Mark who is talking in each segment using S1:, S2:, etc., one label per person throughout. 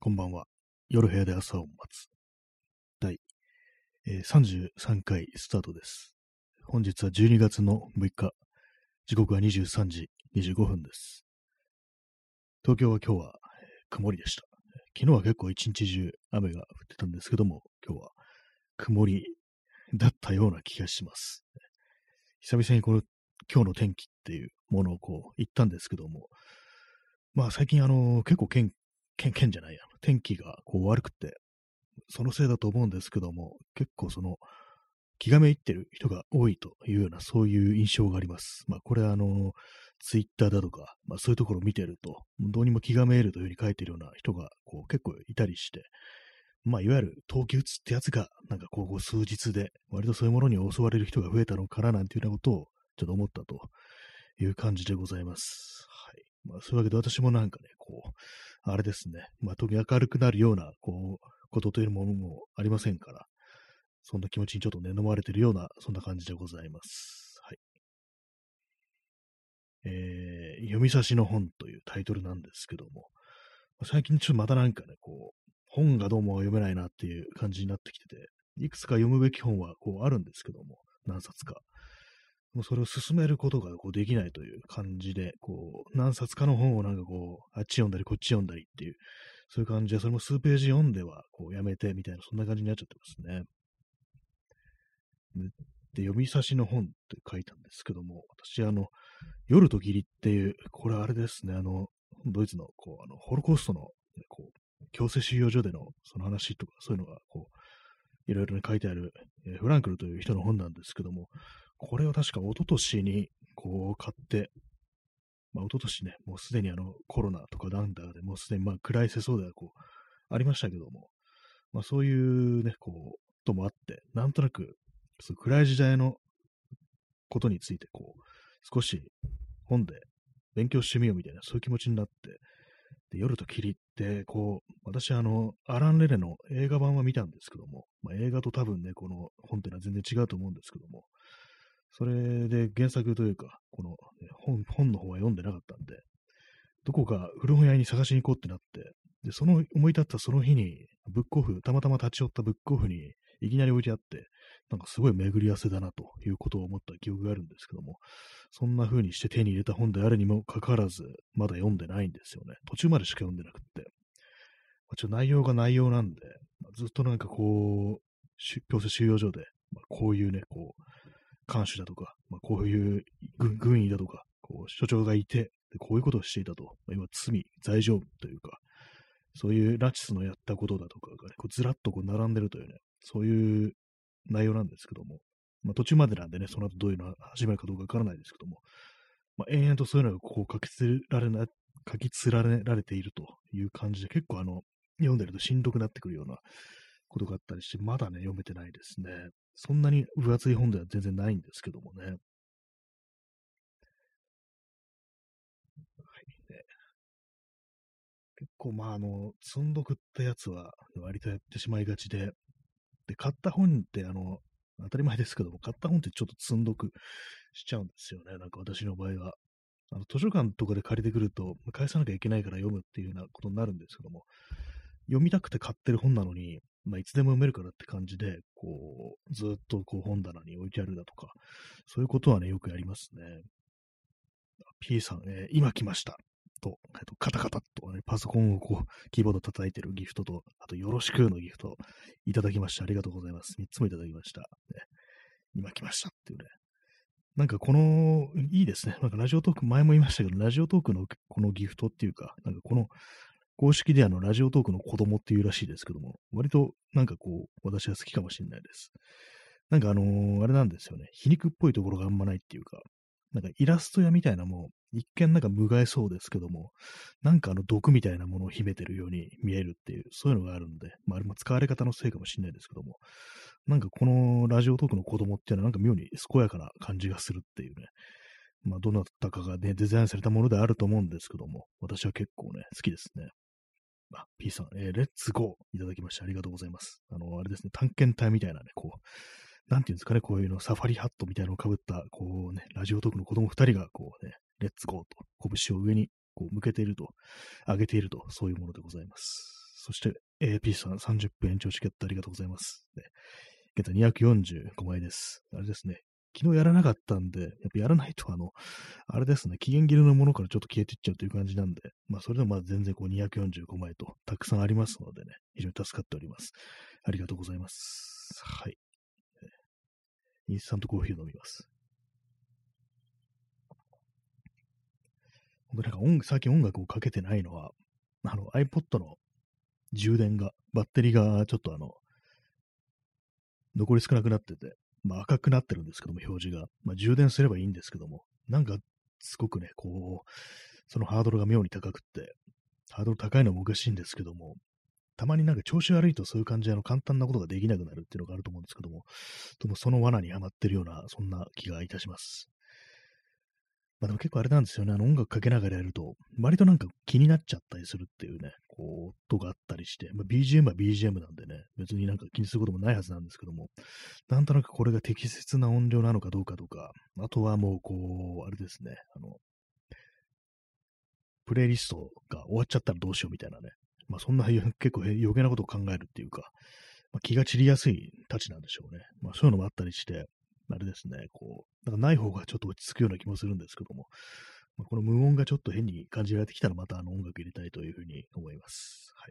S1: こんばんは。夜部屋で朝を待つ。第、33回スタートです。本日は12月の6日。時刻は23時25分です。東京は今日は、曇りでした。昨日は結構一日中雨が降ってたんですけども、今日は曇りだったような気がします。久々にこの今日の天気っていうものを言ったんですけども、まあ最近結構天気が悪くて、そのせいだと思うんですけども、結構気がめいってる人が多いというような、そういう印象があります。まあ、これはツイッターだとか、まあ、そういうところを見てると、どうにも気がめいるというふうに書いてるような人が結構いたりして、まあ、いわゆる冬季うつってやつが、なんか数日で、割とそういうものに襲われる人が増えたのかな、なんていうようなことを、ちょっと思ったという感じでございます。はい。まあ、そういうわけで私もなんかね、あれですね、まあ、特に明るくなるような、ことというものもありませんから、そんな気持ちにちょっとね、飲まれているような、そんな感じでございます。はい。読み差しの本というタイトルなんですけども、最近ちょっとまたなんかね、本がどうも読めないなっていう感じになってきてて、いくつか読むべき本はあるんですけども、何冊か。もうそれを進めることができないという感じで、何冊かの本をなんかあっち読んだりこっち読んだりっていう、そういう感じで、それも数ページ読んではやめてみたいな、そんな感じになっちゃってますね。で、読み差しの本って書いたんですけども、私、夜と霧っていう、これあれですね、ドイツの、ホロコーストの、強制収容所でのその話とか、そういうのが、いろいろ書いてある、フランクルという人の本なんですけども、これを確か一昨年に、買って、まあ、一昨年ね、もうすでにコロナとかなんだでもうすでに暗い世相ではありましたけども、まあそういうね、ともあって、なんとなく、そう暗い時代のことについて、少し本で勉強してみようみたいな、そういう気持ちになって、で、夜と霧って、私、アラン・レネの映画版は見たんですけども、まあ、映画と多分ね、この本っていうのは全然違うと思うんですけども、それで原作というか、本の方は読んでなかったんで、どこか古本屋に探しに行こうってなって、で、思い立ったその日に、たまたま立ち寄ったブックオフにいきなり置いてあって、なんかすごい巡り合わせだなということを思った記憶があるんですけども、そんな風にして手に入れた本であるにもかかわらず、まだ読んでないんですよね。途中までしか読んでなくって。内容が内容なんで、ずっとなんか強制収容所で、こういうね、看守だとか、こういう軍医だとか、所長がいて、でこういうことをしていたと、今罪状というか、そういうナチスのやったことだとかがね、ずらっと並んでるというね、そういう内容なんですけども、途中までなんでね、その後どういうのが始まるかどうかわからないですけども、延々とそういうのが書き連ねられているという感じで、結構読んでるとしんどくなってくるようなことがあったりして、まだね、読めてないですね。そんなに分厚い本では全然ないんですけどもね。はいね、結構積んどくったやつは割とやってしまいがちで、で、買った本って当たり前ですけども、買った本ってちょっと積んどくしちゃうんですよね。なんか私の場合は。図書館とかで借りてくると、返さなきゃいけないから読むっていうようなことになるんですけども、読みたくて買ってる本なのに、いつでも読めるからって感じで、ずっと本棚に置いてあるだとか、そういうことはね、よくやりますね。P さん、今来ました。と、カタカタと、ね、パソコンをキーボード叩いてるギフトと、あと、よろしくのギフトいただきました。ありがとうございます。3つもいただきました。ね、今来ましたっていうね。なんかいいですね。なんかラジオトーク、前も言いましたけど、ラジオトークのこのギフトっていうか、なんか公式でラジオトークの子供っていうらしいですけども、割となんか私は好きかもしれないです。なんかあれなんですよね。皮肉っぽいところがあんまないっていうか、なんかイラスト屋みたいなも一見なんか無害そうですけども、なんか毒みたいなものを秘めてるように見えるっていう、そういうのがあるんで、あれも使われ方のせいかもしれないですけども、なんかこのラジオトークの子供っていうのはなんか妙に健やかな感じがするっていうね、どなたかがね、デザインされたものであると思うんですけども、私は結構ね、好きですね。P さん、レッツゴーいただきましてありがとうございます。あれですね、探検隊みたいなね、なんていうんですかね、こういうの、サファリハットみたいなのをかぶった、ラジオトークの子供二人が、レッツゴーと、拳を上に、向けていると、上げていると、そういうものでございます。 そして、AP さん30分延長チケットありがとうございます。ね、現在245枚です。あれですね。昨日やらなかったんで、やっぱやらないとあれですね、期限切れのものからちょっと消えていっちゃうという感じなんで、まあそれでもまあ全然こう245枚とたくさんありますのでね、非常に助かっております。ありがとうございます。はい。インスタントコーヒーを飲みます。本当なんか最近音楽をかけてないのは、iPod の充電が、バッテリーがちょっと残り少なくなってて、まあ赤くなってるんですけども、表示が。まあ充電すればいいんですけども、なんかすごくね、こう、そのハードルが妙に高くって、ハードル高いのもおかしいんですけども、たまになんか調子悪いとそういう感じで簡単なことができなくなるっていうのがあると思うんですけども、ともその罠にはまってるような、そんな気がいたします。まあでも結構あれなんですよね。音楽かけながらやると、割となんか気になっちゃったりするっていうね、こう、音があったりして、まあ、BGM は BGM なんでね、別になんか気にすることもないはずなんですけども、なんとなくこれが適切な音量なのかどうかとか、あとはもうこう、あれですね、プレイリストが終わっちゃったらどうしようみたいなね、まあそんな結構余計なことを考えるっていうか、まあ、気が散りやすいたちなんでしょうね。まあそういうのもあったりして、あれですね、こう、なんかない方がちょっと落ち着くような気もするんですけども、まあ、この無音がちょっと変に感じられてきたらまた音楽入れたいというふうに思います。はい。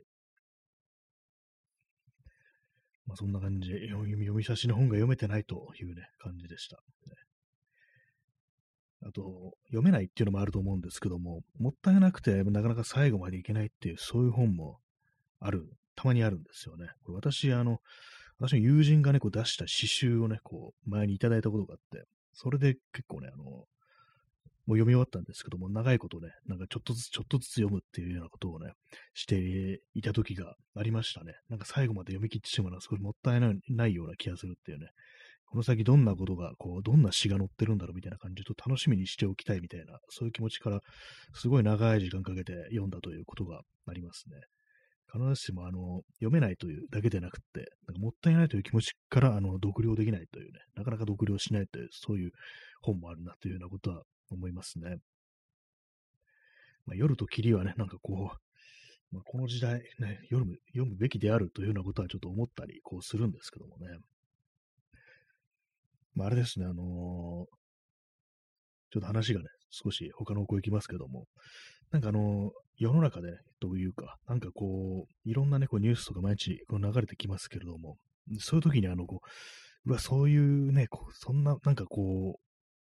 S1: まあそんな感じで読み差しの本が読めてないというね、感じでした。ね、あと、読めないっていうのもあると思うんですけども、もったいなくてなかなか最後までいけないっていう、そういう本もたまにあるんですよね。これ私の友人がね、こう出した詩集をね、こう、前にいただいたことがあって、それで結構ね、もう読み終わったんですけども、長いことね、なんかちょっとずつ読むっていうようなことをね、していた時がありましたね。なんか最後まで読み切ってしまうのはすごいもったいないような気がするっていうね。この先どんなことが、こう、どんな詩が載ってるんだろうみたいな感じで、ちょっと楽しみにしておきたいみたいな、そういう気持ちから、すごい長い時間かけて読んだということがありますね。必ずしも読めないというだけでなくって、なんかもったいないという気持ちから読了できないというね、なかなか読了しないという、そういう本もあるなというようなことは思いますね。まあ、夜と霧はね、なんかこう、まあ、この時代ね、読むべきであるというようなことはちょっと思ったりこうするんですけどもね。まあ、あれですね、ちょっと話がね、少し他の方向行きますけども、なんか世の中で、というか、なんかこう、いろんなね、こうニュースとか毎日こう流れてきますけれども、そういう時にこう、そういうね、そんな、なんかこう、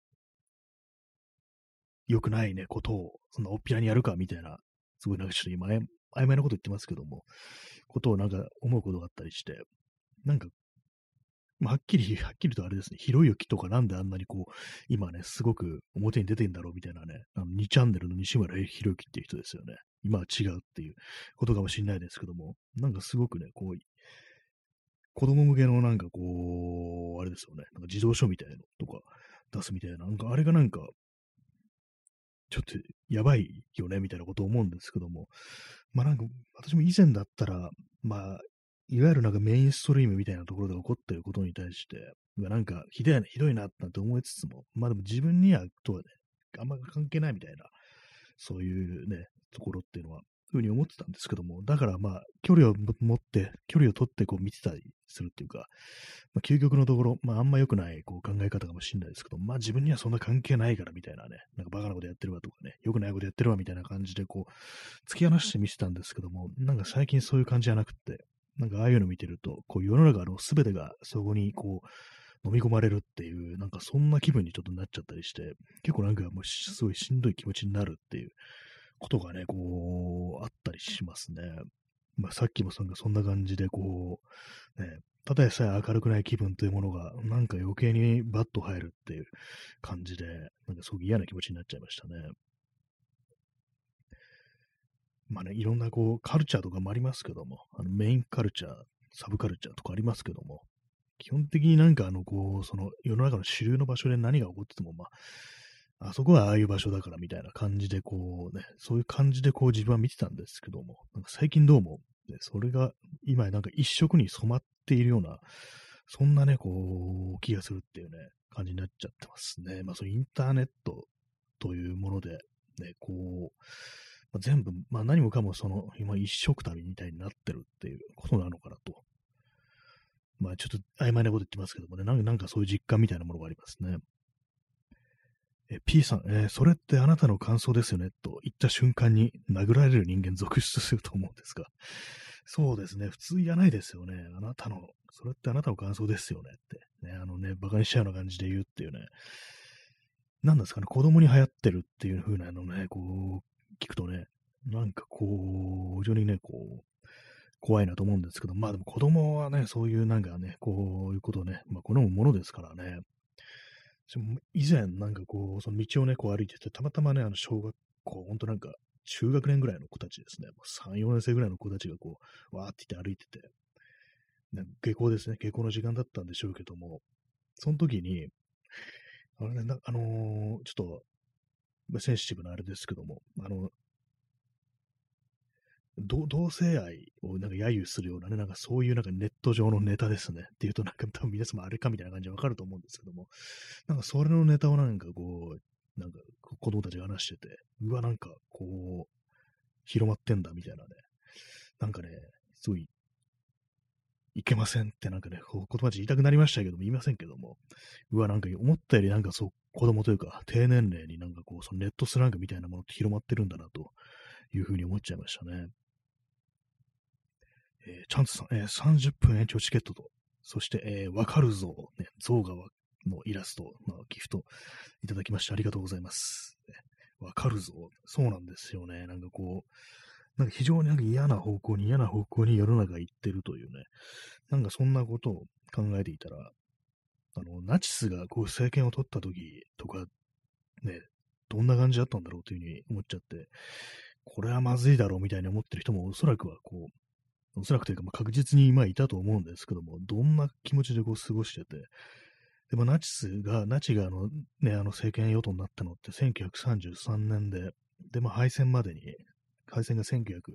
S1: 良くないね、ことを、そんなおっぴらにやるか、みたいな、すごいなんかちょっと今、曖昧なこと言ってますけども、ことをなんか思うことがあったりして、なんか、まあはっきりとあれですね、ひろゆきとかなんであんなにこう、今ね、すごく表に出てんだろうみたいなね、2チャンネルの西村ひろゆきっていう人ですよね。今は違うっていうことかもしれないですけども、なんかすごくね、こう、子供向けのなんかこう、あれですよね、なんか児童書みたいなのとか出すみたいな、なんかあれがなんか、ちょっとやばいよね、みたいなことを思うんですけども、まあなんか、私も以前だったら、まあ、いわゆるなんかメインストリームみたいなところで起こっていることに対して、なんかひどいなって思いつつも、まあでも自分にはとはね、あんま関係ないみたいな、そういうね、ところっていうのは、ふうに思ってたんですけども、だからまあ、距離を取ってこう見てたりするっていうか、まあ、究極のところ、まあ、あんま良くないこう考え方かもしれないですけど、まあ自分にはそんな関係ないからみたいなね、なんかバカなことやってるわとかね、良くないことやってるわみたいな感じでこう、突き放して見せたんですけども、なんか最近そういう感じじゃなくって、なんかああいうの見てると、こう世の中の全てがそこにこう、飲み込まれるっていう、なんかそんな気分にちょっとなっちゃったりして、結構なんかもうすごいしんどい気持ちになるっていうことがね、こう、あったりしますね。まあさっきもそんな感じでこう、ね、ただでさえ明るくない気分というものが、なんか余計にバッと入るっていう感じで、なんかすごく嫌な気持ちになっちゃいましたね。まあね、いろんなこう、カルチャーとかもありますけども、メインカルチャー、サブカルチャーとかありますけども、基本的になんかこう、その世の中の主流の場所で何が起こってても、まあ、あそこはああいう場所だからみたいな感じでこうね、そういう感じでこう自分は見てたんですけども、なんか最近どうも、ね、それが今なんか一色に染まっているような、そんなね、こう、気がするっていうね、感じになっちゃってますね。まあ、そうインターネットというもので、ね、こう、まあ、全部、まあ何もかもその、今一色旅みたいになってるっまあちょっと曖昧なこと言ってますけどもね、なんかそういう実感みたいなものがありますね。P さん、それってあなたの感想ですよねと言った瞬間に殴られる人間続出すると思うんですが、そうですね、普通言わないですよね。それってあなたの感想ですよねって。ね、バカにしちゃうような感じで言うっていうね。なんですかね、子供に流行ってるっていう風なのね、こう、聞くとね、なんかこう、非常にね、こう、怖いなと思うんですけど、まあでも子供はね、そういうなんかね、こういうことをね、まあ好むものですからね。以前なんかこう、その道をね、こう歩いてて、たまたまね、小学校、ほんとなんか、中学年ぐらいの子たちですね、3、4年生ぐらいの子たちがこう、わーって言って歩いてて、下校ですね、下校の時間だったんでしょうけども、その時に、あれね、ちょっと、まあセンシティブなあれですけども、同性愛をなんか揶揄するようなね、なんかそういうなんかネット上のネタですね。っていうとなんか多分皆様あれかみたいな感じでわかると思うんですけども、なんかそれのネタをなんかこう、なんか子供たちが話してて、うわ、なんかこう、広まってんだみたいなね。なんかね、すごい、いけませんってなんかね、こう言葉で言いたくなりましたけども、言いませんけども、うわ、なんか思ったよりなんかそう、子供というか、低年齢になんかこう、そのネットスラングみたいなものって広まってるんだなというふうに思っちゃいましたね。チャンツさん、30分延長チケットと、そして、わかるぞ、ね、象がのイラスト、まあ、ギフトいただきましてありがとうございます。わかるぞ。そうなんですよね。なんかこう、なんか非常になんか嫌な方向に世の中が行ってるというね、なんかそんなことを考えていたら、ナチスがこう政権を取った時とか、ね、どんな感じだったんだろうというふうに思っちゃって、これはまずいだろうみたいに思ってる人もおそらくはこう、おそらくというか、まあ、確実に今いたと思うんですけども、どんな気持ちでこう過ごしてて、でもナチがね、政権与党になったのって1933年で、で、まあ敗戦が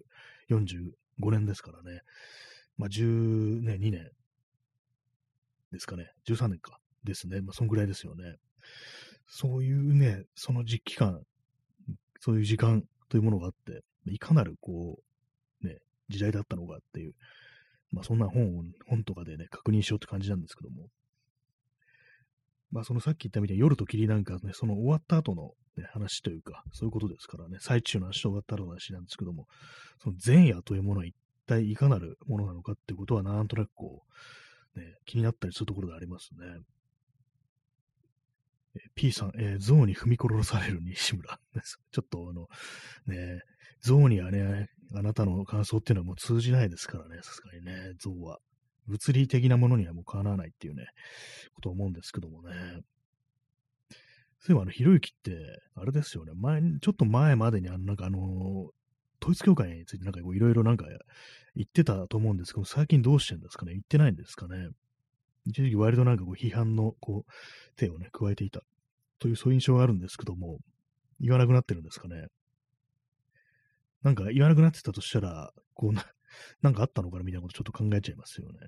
S1: 1945年ですからね、まあ10ね、2年ですかね、13年かですね、まあそんぐらいですよね。そういうね、その実期間、そういう時間というものがあって、いかなるこう、ね、時代だったのかっていう、まあそんな本とかでね、確認しようって感じなんですけども、まあそのさっき言ったみたいに夜と霧なんかね、その終わった後の、ね、話というか、そういうことですからね、最中の話と終わった後の話なんですけども、その前夜というものは一体いかなるものなのかっていうことはなんとなくこう、ね、気になったりするところがありますね。P さん、象に踏み殺される西村です。ちょっとね、象にはね、あなたの感想っていうのはもう通じないですからね、さすがにね、象は。物理的なものにはもうかなわないっていうね、ことを思うんですけどもね。そういえばひろゆきって、あれですよね、ちょっと前までに統一教会についてなんかいろいろなんか言ってたと思うんですけど、最近どうしてんですかね、言ってないんですかね。一時期割となんかこう批判のこう手をね、加えていたというそういう印象があるんですけども、言わなくなってるんですかね。なんか言わなくなってたとしたら、こうなんかあったのかなみたいなことちょっと考えちゃいますよね。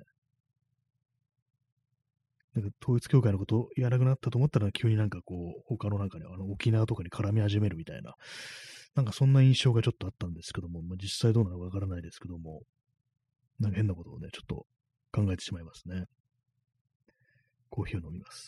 S1: なんか統一教会のことを言わなくなったと思ったら、急になんかこう、他のなんかね、沖縄とかに絡み始めるみたいな、なんかそんな印象がちょっとあったんですけども、まあ、実際どうなのかわからないですけども、なんか変なことをね、ちょっと考えてしまいますね。コーヒーを飲みます。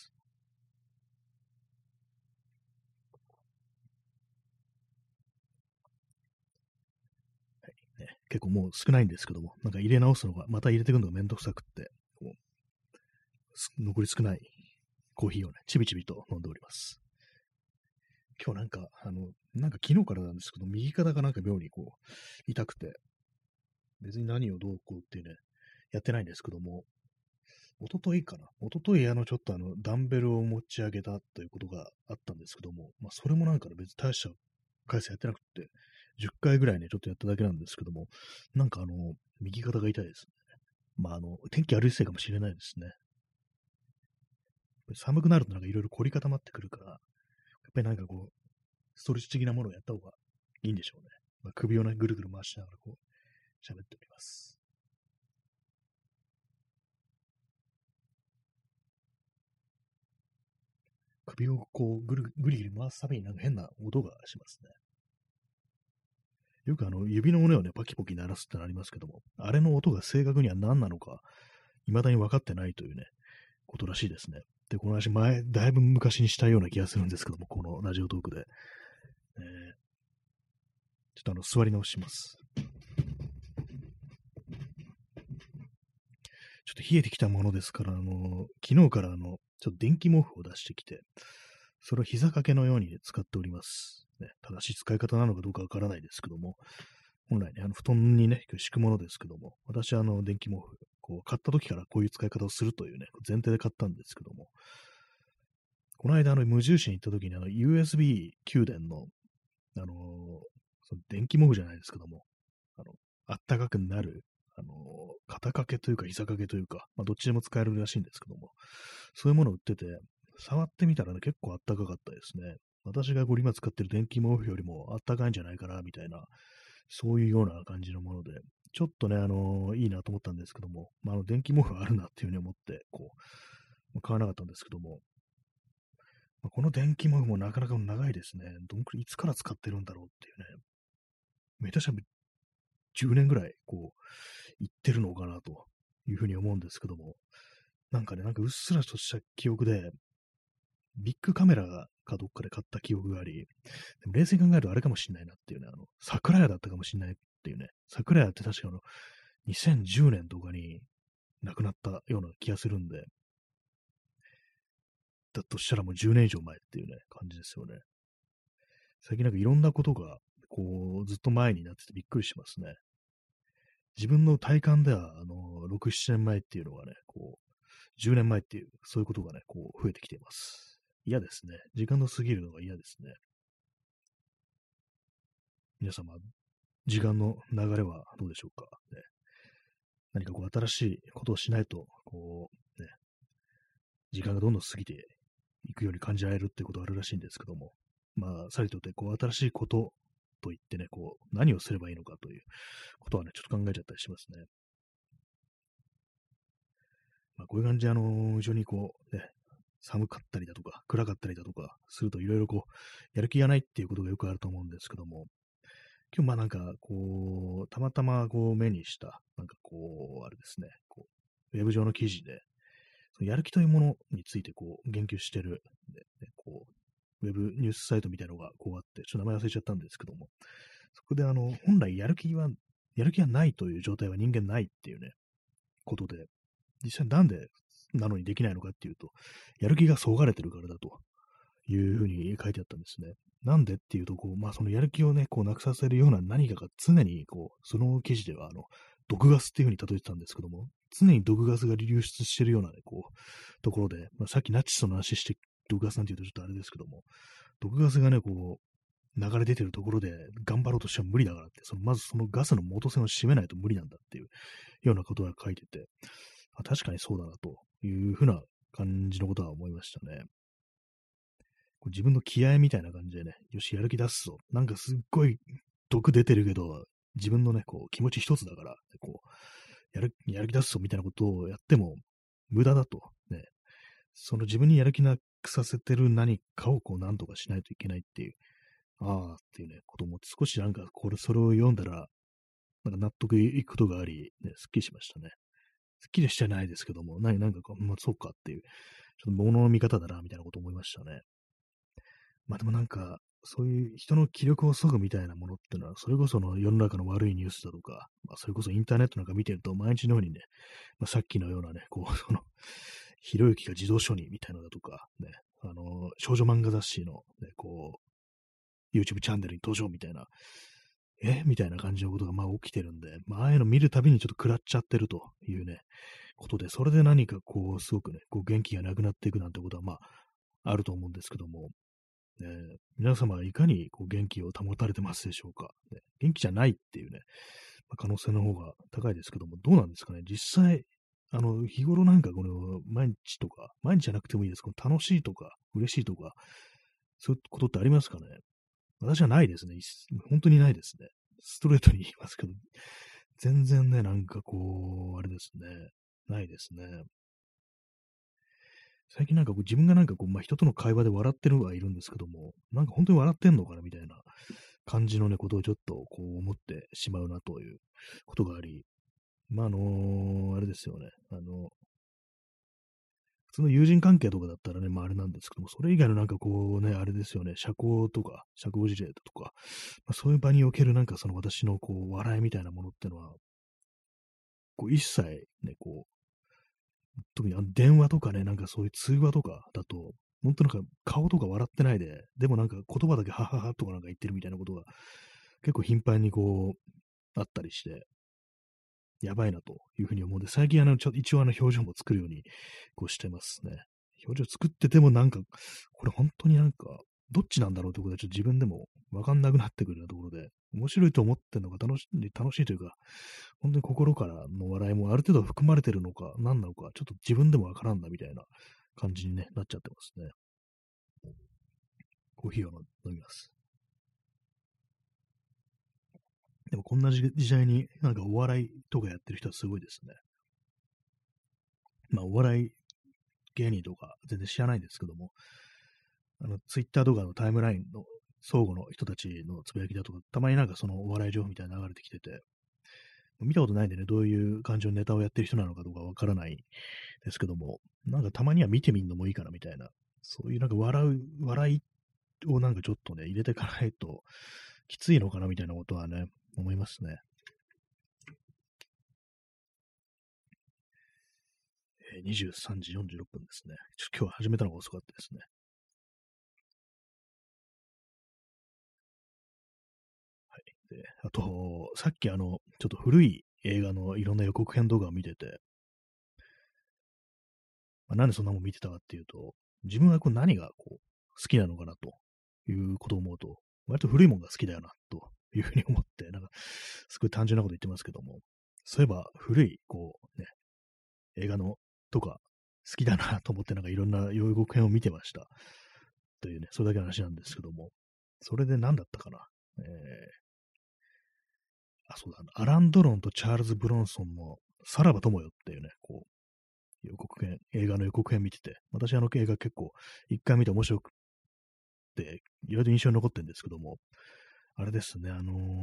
S1: ね、結構もう少ないんですけども、なんか入れ直すのが、また入れてくるのがめんどくさくって、こ残り少ないコーヒーをね、ちびちびと飲んでおります。今日なんか、なんか昨日からなんですけど、右肩がなんか妙にこう、痛くて、別に何をどうこうっていうね、やってないんですけども、一昨日かな。一昨日ちょっとダンベルを持ち上げたということがあったんですけども、まあ、それもなんかね、別に大した回数やってなくて、10回ぐらいね、ちょっとやっただけなんですけども、なんか右肩が痛いですね。まあ、天気悪いせいかもしれないですね。寒くなるとなんかいろいろ凝り固まってくるから、やっぱりなんかこう、ストレッチ的なものをやった方がいいんでしょうね。まあ、首をね、ぐるぐる回しながらこう、喋っております。首をこう、ぐりぐり回すたびになんか変な音がしますね。よく指の骨をね、パキポキ鳴らすってのありますけども、あれの音が正確には何なのか、 未だに分かってないというね、ことらしいですね。で、この話だいぶ昔にしたような気がするんですけども、このラジオトークで。ちょっと座り直します。ちょっと冷えてきたものですから、昨日からちょっと電気毛布を出してきて、それを膝掛けのように使っております。ね、正しい使い方なのかどうかわからないですけども、本来ね、布団にね、敷くものですけども、私は電気毛布、買った時からこういう使い方をするというね、前提で買ったんですけども、この間、無印に行った時に、USB 給電の、その電気毛布じゃないですけども、あったかくなる、肩掛けというか、膝掛けというか、まあ、どっちでも使えるらしいんですけども、そういうものを売ってて、触ってみたらね、結構あったかかったですね。私が今使ってる電気毛布よりもあったかいんじゃないかな、みたいな、そういうような感じのもので、ちょっとね、いいなと思ったんですけども、まあ、電気毛布あるなっていうふうに思って、買わなかったんですけども、まあ、この電気毛布もなかなか長いですね。いつから使ってるんだろうっていうね。めたしゃ10年ぐらい、行ってるのかなというふうに思うんですけども、なんかね、なんかうっすらとした記憶で、ビッグカメラかどっかで買った記憶があり、でも冷静に考えるとあれかもしんないなっていうね、桜屋だったかもしんないっていうね、桜屋って確か2010年とかに亡くなったような気がするんで、だとしたらもう10年以上前っていうね、感じですよね。最近なんかいろんなことが、ずっと前になっててびっくりしますね。自分の体感では、6、7年前っていうのがね、10年前っていう、そういうことがね、増えてきています。嫌ですね。時間の過ぎるのが嫌ですね。皆様、時間の流れはどうでしょうか、ね。何か新しいことをしないと、時間がどんどん過ぎていくように感じられるってことがあるらしいんですけども、まあ、さりとって、新しいことと言ってね、何をすればいいのかということはね、ちょっと考えちゃったりしますね。まあ、こういう感じで、非常に寒かったりだとか、暗かったりだとかすると、いろいろやる気がないっていうことがよくあると思うんですけども、今日まあなんか、たまたま目にした、なんかあれですね、ウェブ上の記事で、そのやる気というものについて言及してる、でウェブニュースサイトみたいなのがあって、ちょっと名前忘れちゃったんですけども、そこで本来やる気がないという状態は人間ないっていうね、ことで、実際なんでなのにできないのかっていうと、やる気がそがれてるからだというふうに書いてあったんですね。なんでっていうと、まあ、そのやる気をね、なくさせるような何かが常に、その記事では、毒ガスっていうふうに例えてたんですけども、常に毒ガスが流出してるようなね、ところで、まあ、さっきナチスの話して、毒ガスなんて言うとちょっとあれですけども、毒ガスがね、流れ出てるところで頑張ろうとしては無理だからって、まずそのガスの元栓を閉めないと無理なんだっていうようなことが書いてて、確かにそうだなというふうな感じのことは思いましたね。自分の気合みたいな感じでね、よし、やる気出すぞ。なんかすっごい毒出てるけど、自分のね、気持ち一つだから、やる気出すぞみたいなことをやっても無駄だと。ね、その自分にやる気なくさせてる何かを何とかしないといけないっていう、ああっていうね、ことも少しなんかそれを読んだら、なんか納得いくことがあり、ね、すっきりしましたね。すっきりしてないですけども、なんかまあ、そうかっていう、ちょっと物の見方だな、みたいなこと思いましたね。まあでもなんか、そういう人の気力を削ぐみたいなものってのは、それこそ世の中の悪いニュースだとか、まあ、それこそインターネットなんか見てると、毎日のようにね、まあ、さっきのようなね、ひろゆきが自動書にみたいなのだとか、ね、少女漫画雑誌の、ね、YouTube チャンネルに登場みたいな、みたいな感じのことがまあ起きてるんで、まあ、ああいうの見るたびにちょっと食らっちゃってるというね、ことで、それで何かすごくね、元気がなくなっていくなんてことは、まあ、あると思うんですけども、皆様はいかに元気を保たれてますでしょうか、ね。元気じゃないっていうね、まあ、可能性の方が高いですけども、どうなんですかね。実際、日頃なんか毎日とか、毎日じゃなくてもいいです。楽しいとか、嬉しいとか、そういうことってありますかね。私はないですね。本当にないですね。ストレートに言いますけど、全然ね、なんかあれですね。ないですね。最近なんか自分がなんかまあ、人との会話で笑ってるはいるんですけども、なんか本当に笑ってんのかなみたいな感じのね、ことをちょっと思ってしまうなということがあり、まあ、あれですよね。 普通の友人関係とかだったらね、まああれなんですけども、それ以外のなんかこうね、あれですよね、社交とか、社交辞令とか、まあ、そういう場におけるなんかその私のこう、笑いみたいなものってのは、こう一切ね、こう、特に電話とかね、なんかそういう通話とかだと、本当なんか顔とか笑ってないで、でもなんか言葉だけはははとかなんか言ってるみたいなことが結構頻繁にこう、あったりして、やばいなというふうに思うんで、最近一応表情も作るようにこうしてますね。表情作っててもなんか、これ本当になんか、どっちなんだろうということはちょっと自分でもわかんなくなってくるようなところで、面白いと思ってるのが楽しいというか、本当に心からの笑いもある程度含まれてるのか、何なのか、ちょっと自分でもわからんなみたいな感じに、ね、なっちゃってますね。コーヒーを飲みます。でもこんな時代になんかお笑いとかやってる人はすごいですね。まあお笑い芸人とか全然知らないんですけども、ツイッターとかのタイムラインの相互の人たちのつぶやきだとか、たまになんかそのお笑い情報みたいなの流れてきてて、見たことないんでね、どういう感じのネタをやってる人なのかどうかわからないですけども、なんかたまには見てみるのもいいかなみたいな、そういうなんか笑いをなんかちょっとね、入れていかないときついのかなみたいなことはね、思いますね。23時46分ですね。今日は始めたのが遅かったですね。はい。で、あと、さっきちょっと古い映画のいろんな予告編動画を見てて、まあ、なんでそんなもん見てたかっていうと、自分はこう何がこう好きなのかなということを思うと、割と古いものが好きだよなというふうに思って、なんかすごい単純なこと言ってますけども、そういえば古いこうね、映画のとか好きだなと思ってなんかいろんな予告編を見てました。というね、それだけの話なんですけども、それで何だったかな。そうだ、アラン・ドロンとチャールズ・ブロンソンのさらば友よっていうね、こう、予告編、映画の予告編見てて、私映画結構一回見て面白くて、意外と印象に残ってるんですけども、あれですね、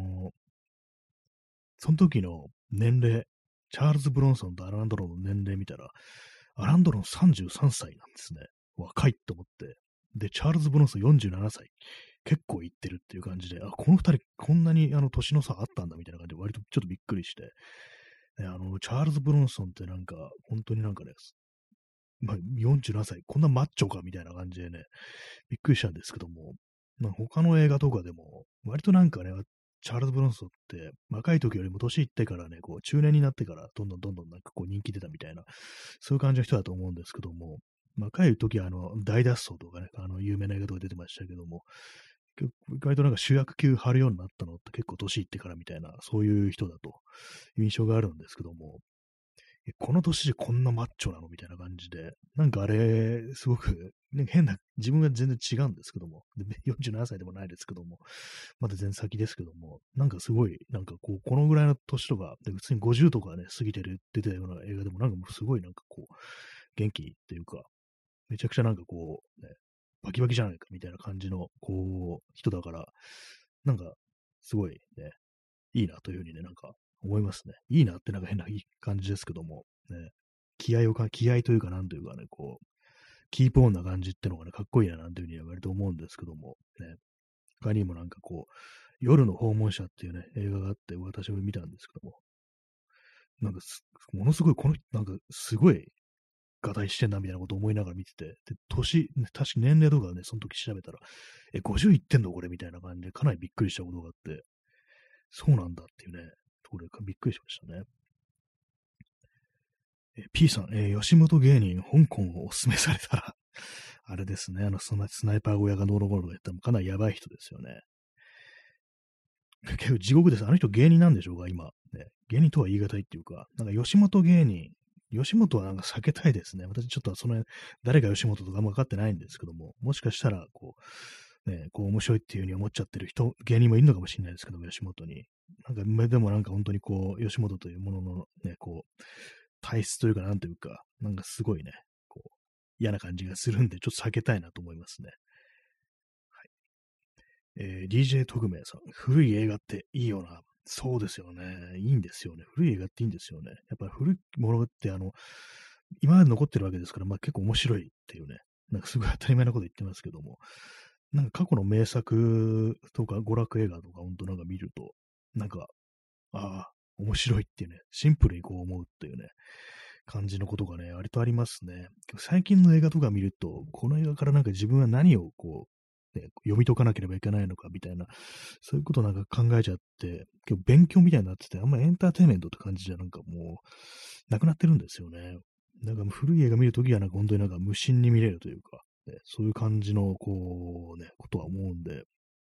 S1: その時の年齢、チャールズ・ブロンソンとアラン・ドロンの年齢見たら、アラン・ドロン33歳なんですね。若いって思って。で、チャールズ・ブロンソン47歳。結構いってるっていう感じで、あ、この二人、こんなに年の差あったんだみたいな感じで、割とちょっとびっくりして、ね、チャールズ・ブロンソンってなんか、本当になんかね、まあ、47歳、こんなマッチョかみたいな感じでね、びっくりしたんですけども、まあ、他の映画とかでも、割となんかね、チャールズ・ブロンソンって若い時よりも年いってからね、こう中年になってからどんどんなんかこう人気出たみたいな、そういう感じの人だと思うんですけども、若い時は大脱走とかね、有名な映画とか出てましたけども、意外となんか主役級張るようになったのって結構年いってからみたいな、そういう人だという印象があるんですけども、この年でこんなマッチョなのみたいな感じで、なんかあれ、すごく、ね、変な、自分は全然違うんですけども、で47歳でもないですけども、まだ全然先ですけども、なんかすごい、なんかこう、このぐらいの年とか、で普通に50とかね、過ぎてる、出てたような映画でも、なんかもうすごいなんかこう、元気っていうか、めちゃくちゃなんかこう、ね、バキバキじゃないかみたいな感じの、こう、人だから、なんか、すごいね、いいなというふうにね、なんか思いますね。いいなってなんか変ないい感じですけども、ね、気合というかなんというかね、こう、キープオンな感じってのがね、かっこいいななんていうふうには割と思うんですけども、ね、他にもなんかこう、夜の訪問者っていうね、映画があって、私も見たんですけども、なんかものすごい、この人、なんかすごい、がたいしてんなみたいなことを思いながら見てて、で、確か年齢とかね、その時調べたら、50いってんのこれみたいな感じで、かなりびっくりしたことがあって、そうなんだっていうね、ところでびっくりしましたね。P さん、吉本芸人、香港をお勧めされたらあれですね、スナイパー小屋がノーロゴールとか言ったらかなりやばい人ですよね。結構地獄です。あの人芸人なんでしょうか、今。ね、芸人とは言い難いっていうか、なんか吉本芸人、吉本はなんか避けたいですね。私ちょっとその、誰が吉本とかも分かってないんですけども、もしかしたら、こう、ね、こう面白いっていう風に思っちゃってる芸人もいるのかもしれないですけども、吉本に。なんか、でもなんか本当にこう、吉本というもののね、こう、体質というか、なんというか、なんかすごいね、こう、嫌な感じがするんで、ちょっと避けたいなと思いますね。はい。DJ 特命さん、古い映画っていいよな。そうですよね。いいんですよね。古い映画っていいんですよね。やっぱり古いものって今まで残ってるわけですから、まあ結構面白いっていうね、なんかすごい当たり前なこと言ってますけども、なんか過去の名作とか娯楽映画とか本当なんか見ると、なんか、ああ、面白いっていうね、シンプルにこう思うっていうね、感じのことがね、割とありますね。最近の映画とか見ると、この映画からなんか自分は何をこう、ね、読み解かなければいけないのかみたいな、そういうことをなんか考えちゃって、結構勉強みたいになってて、あんまエンターテインメントって感じじゃなんかもう、なくなってるんですよね。なんか古い映画見るときはなんか本当になんか無心に見れるというか、ね、そういう感じの、こうね、ことは思うんで、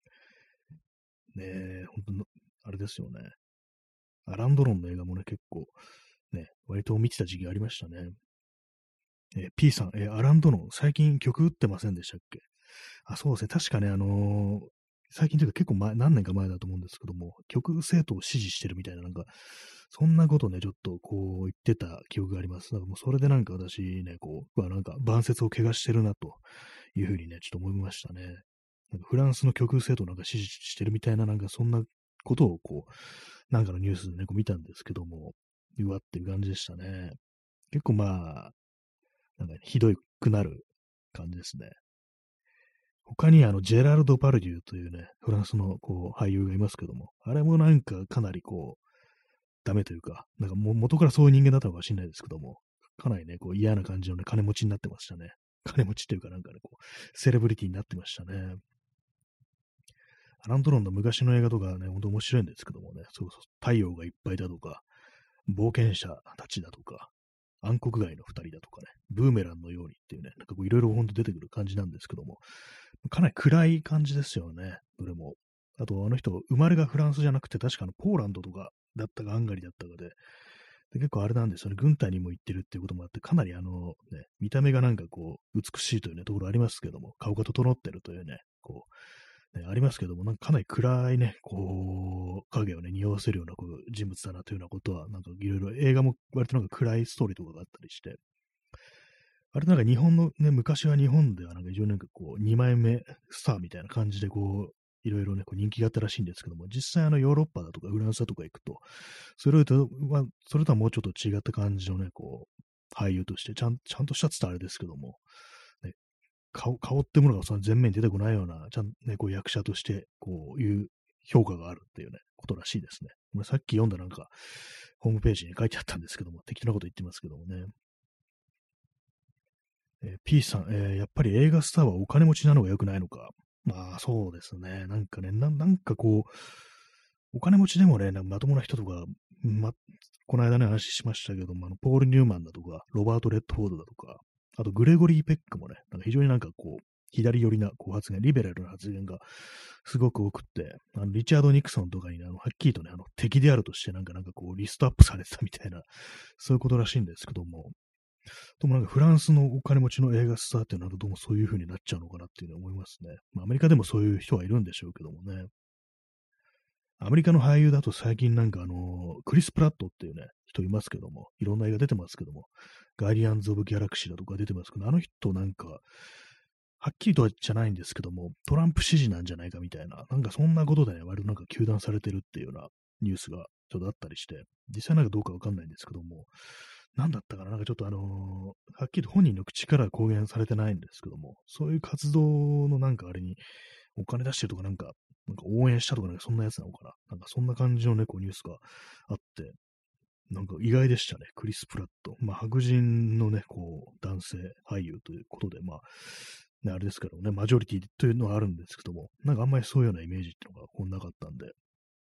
S1: ね、本当の、あれですよね。アランドロンの映画もね、結構、ね、割と見てた時期ありましたね。P さん、アランドロン、最近曲打ってませんでしたっけ？あ、そうですね。確かね、最近というか結構前、何年か前だと思うんですけども、曲生徒を支持してるみたいな、なんか、そんなことね、ちょっとこう言ってた記憶があります。だからもうそれでなんか私ね、こう、なんか晩節を怪我してるなというふうにね、ちょっと思いましたね。なんかフランスの極右政党なんか支持してるみたいな、なんかそんなことをこう、なんかのニュースでね、こう見たんですけども、うわっていう感じでしたね。結構まあ、なんかひどくなる感じですね。他にジェラルド・パルデューというね、フランスのこう俳優がいますけども、あれもなんかかなりこう、ダメというか、なんかもう元からそういう人間だったのかもしれないですけども、かなりね、こう嫌な感じのね、金持ちになってましたね。金持ちというかなんかね、こう、セレブリティになってましたね。アランドロンの昔の映画とかね、ほんと面白いんですけどもね、そうそう、太陽がいっぱいだとか、冒険者たちだとか、暗黒街の二人だとかね、ブーメランのようにっていうね、なんかこういろいろほんと出てくる感じなんですけども、かなり暗い感じですよね、どれも。あと、あの人、生まれがフランスじゃなくて、確かポーランドとかだったか、ハンガリーだったかで、結構あれなんですよね、軍隊にも行ってるっていうこともあって、かなり見た目がなんかこう、美しいというね、ところありますけども、顔が整ってるというね、こう、ね、ありますけども、なんかかなり暗いね、こう、影をね、匂わせるようなこう人物だなというようなことは、なんかいろいろ映画も割となんか暗いストーリーとかがあったりして、あれなんか日本のね、昔は日本ではなんか非常になんかこう、2枚目スターみたいな感じでこう、いろいろね、こう人気があったらしいんですけども、実際ヨーロッパだとかフランスだとか行くと、それとはもうちょっと違った感じのね、こう、俳優として、ちゃんとしたって言ったらあれですけども、ね、顔ってものがその前面に出てこないような、ちゃんね、こう役者として、こういう評価があるっていうね、ことらしいですね。さっき読んだなんか、ホームページに書いてあったんですけども、適当なこと言ってますけどもね。P さん、やっぱり映画スターはお金持ちなのが良くないのか。まあ、そうですね。なんかね、なんかこう、お金持ちでもね、なんかまともな人とか、ま、この間ね、話しましたけども、ポール・ニューマンだとか、ロバート・レッドフォードだとか、あとグレゴリー・ペックもね、なんか非常になんかこう、左寄りなこう発言、リベラルな発言がすごく多くって、リチャード・ニクソンとかにね、はっきりとね、敵であるとしてなんかこう、リストアップされてたみたいな、そういうことらしいんですけども、でもなんかフランスのお金持ちの映画スターっていうのはどうもそういう風になっちゃうのかなっていうのは思いますね。まあ、アメリカでもそういう人はいるんでしょうけどもね。アメリカの俳優だと最近なんかクリス・プラットっていうね、人いますけども、いろんな映画出てますけども、ガーディアンズ・オブ・ギャラクシーだとか出てますけど、あの人なんか、はっきりとはじゃないんですけども、トランプ支持なんじゃないかみたいな、なんかそんなことでね、割となんか糾弾されてるっていうようなニュースがちょっとあったりして、実際なんかどうかわかんないんですけども、なんだったかな、なんかちょっとはっきりと本人の口からは公言されてないんですけども、そういう活動のなんかあれにお金出してるとかなんか応援したとかなんかそんなやつなのかな。なんかそんな感じのね、こうニュースがあって、なんか意外でしたね。クリス・プラット。まあ白人のね、こう男性俳優ということで、まあ、ね、あれですけどね、マジョリティというのはあるんですけども、なんかあんまりそういうようなイメージっていうのがこうなかったんで、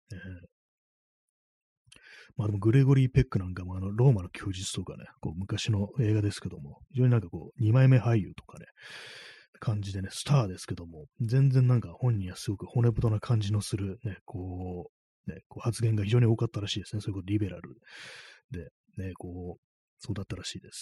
S1: まあでもグレゴリー・ペックなんかもローマの休日とかね、こう昔の映画ですけども、非常になんかこう、二枚目俳優とかね、感じでね、スターですけども、全然なんか本人はすごく骨太な感じのするね、こう発言が非常に多かったらしいですね。そういうことリベラルで、ね、こう、そうだったらしいです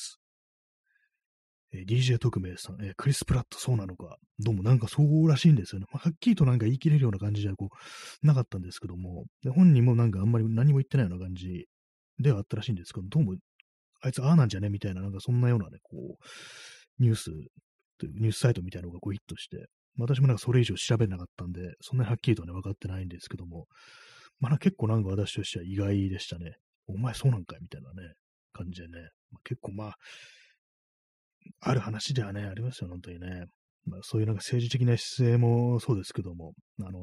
S1: 。DJ 特命さん、クリス・プラットそうなのか、どうもなんかそうらしいんですよね。まあ、はっきりとなんか言い切れるような感じじゃこう、なかったんですけども、で本人もなんかあんまり何も言ってないような感じではあったらしいんですけど、どうもあいつああなんじゃねみたいな、なんかそんなようなね、こう、ニュースというニュースサイトみたいなのがこうヒットして、私もなんかそれ以上調べなかったんで、そんなにはっきりとはね、分かってないんですけども、まあ結構なんか私としては意外でしたね。お前そうなんかいみたいなね、感じでね。結構まあ、 ある話ではね、ありますよ、本当にね。まあ、そういうなんか政治的な姿勢もそうですけども、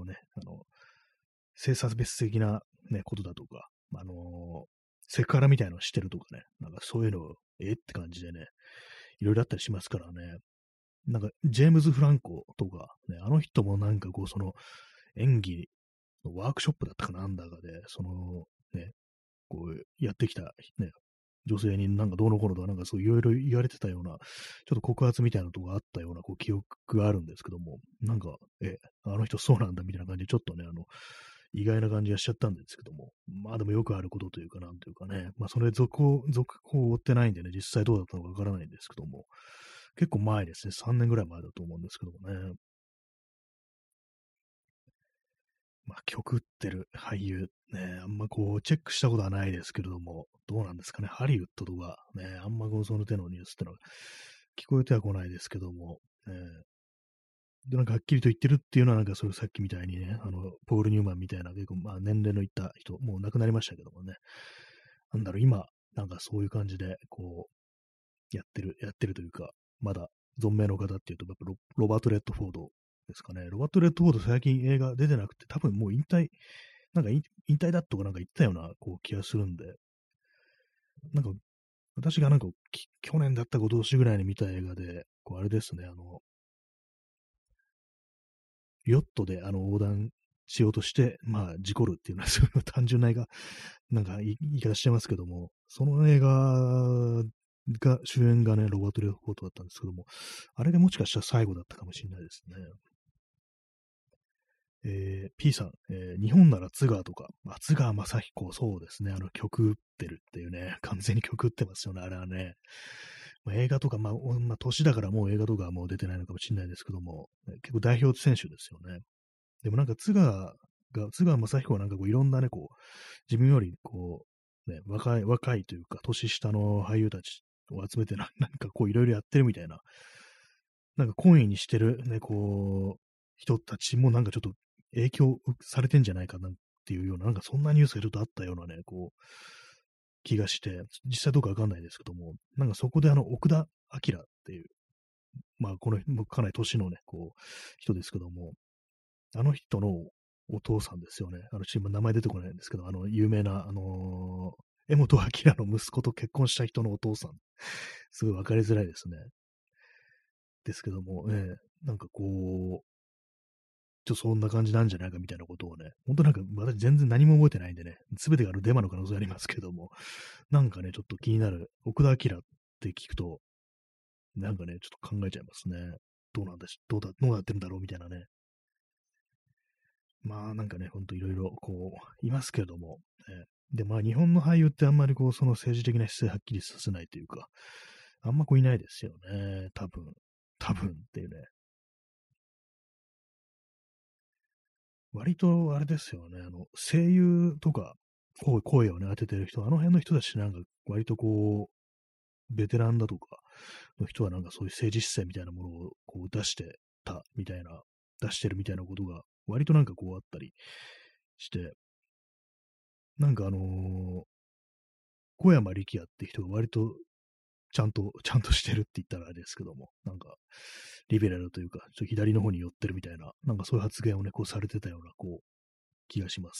S1: 性差別的なね、ことだとか、セクハラみたいなのをしてるとかね、なんかそういうのを、って感じでね、いろいろあったりしますからね。なんか、ジェームズ・フランコとか、ね、あの人もなんかこう、その、演技のワークショップだったかなんだかで、その、ね、こう、やってきた、ね、女性になんかどうのこうのとか、なんかそういろいろ言われてたような、ちょっと告発みたいなとこがあったような、こう、記憶があるんですけども、なんか、あの人そうなんだみたいな感じで、ちょっとね、意外な感じがしちゃったんですけども、まあでもよくあることというか、なんというかね、まあそれ続報を追ってないんでね、実際どうだったのかわからないんですけども、結構前ですね、3年ぐらい前だと思うんですけどもね、まあ曲ってる俳優、ね、あんまこうチェックしたことはないですけれども、どうなんですかね、ハリウッドとか、ね、あんまこうその手のニュースってのは聞こえてはこないですけども、で、なんかはっきりと言ってるっていうのは、なんかそれさっきみたいにね、ポール・ニューマンみたいな、結構まあ年齢のいった人、もう亡くなりましたけどもね、なんだろう、今、なんかそういう感じで、こう、やってるというか、まだ存命の方っていうと、やっぱロバート・レッドフォードですかね。ロバート・レッドフォード最近映画出てなくて、多分もう引退だとかなんか言ったような、こう気がするんで、なんか、私がなんか、去年だったか今年ぐらいに見た映画で、こうあれですね、ヨットで横断しようとして、まあ、事故るっていうのは、そういう単純な映画、なんか言い方してますけども、その映画主演がね、ロバート・レオフォートだったんですけども、あれでもしかしたら最後だったかもしれないですね。P さん、日本なら津川とか、津川雅彦、そうですね、曲打ってるっていうね、完全に曲打ってますよね、あれはね。まあ、映画とか、年だからもう映画とかはもう出てないのかもしれないですけども、結構代表選手ですよね。でもなんか津川雅彦はなんかこういろんなね、こう、自分よりこう、ね、若いというか、年下の俳優たちを集めてなんかこういろいろやってるみたいな、なんか懇意にしてるね、こう、人たちもなんかちょっと影響されてんじゃないかなっていうような、なんかそんなニュースがちょっとあったようなね、こう、気がして、実際どうかわかんないですけども、なんかそこで奥田明っていう、まあこの、もうかなり年のね、こう、人ですけども、あの人のお父さんですよね。今名前出てこないんですけど、有名な、江本明の息子と結婚した人のお父さん。すごいわかりづらいですね。ですけども、なんかこう、そんな感じなんじゃないかみたいなことをね、本当なんか私全然何も覚えてないんでね、すべてがデマの可能性ありますけども、なんかね、ちょっと気になる、奥田明って聞くと、なんかね、ちょっと考えちゃいますね。どうなんだし、どうなってるんだろうみたいなね。まあなんかね、ほんといろいろこう、いますけれども、で、まあ日本の俳優ってあんまりこう、その政治的な姿勢はっきりさせないというか、あんまこういないですよね。多分っていうね。割とあれですよね、声優とか、声をね、当ててる人、あの辺の人たちなんか割とこう、ベテランだとかの人はなんかそういう政治姿勢みたいなものをこう出してたみたいな、出してるみたいなことが割となんかこうあったりして、なんか小山力也って人が割とちゃんとしてるって言ったらあれですけども、なんか、リベラルというか、ちょっと左の方に寄ってるみたいな、なんかそういう発言をね、こうされてたような、こう、気がします。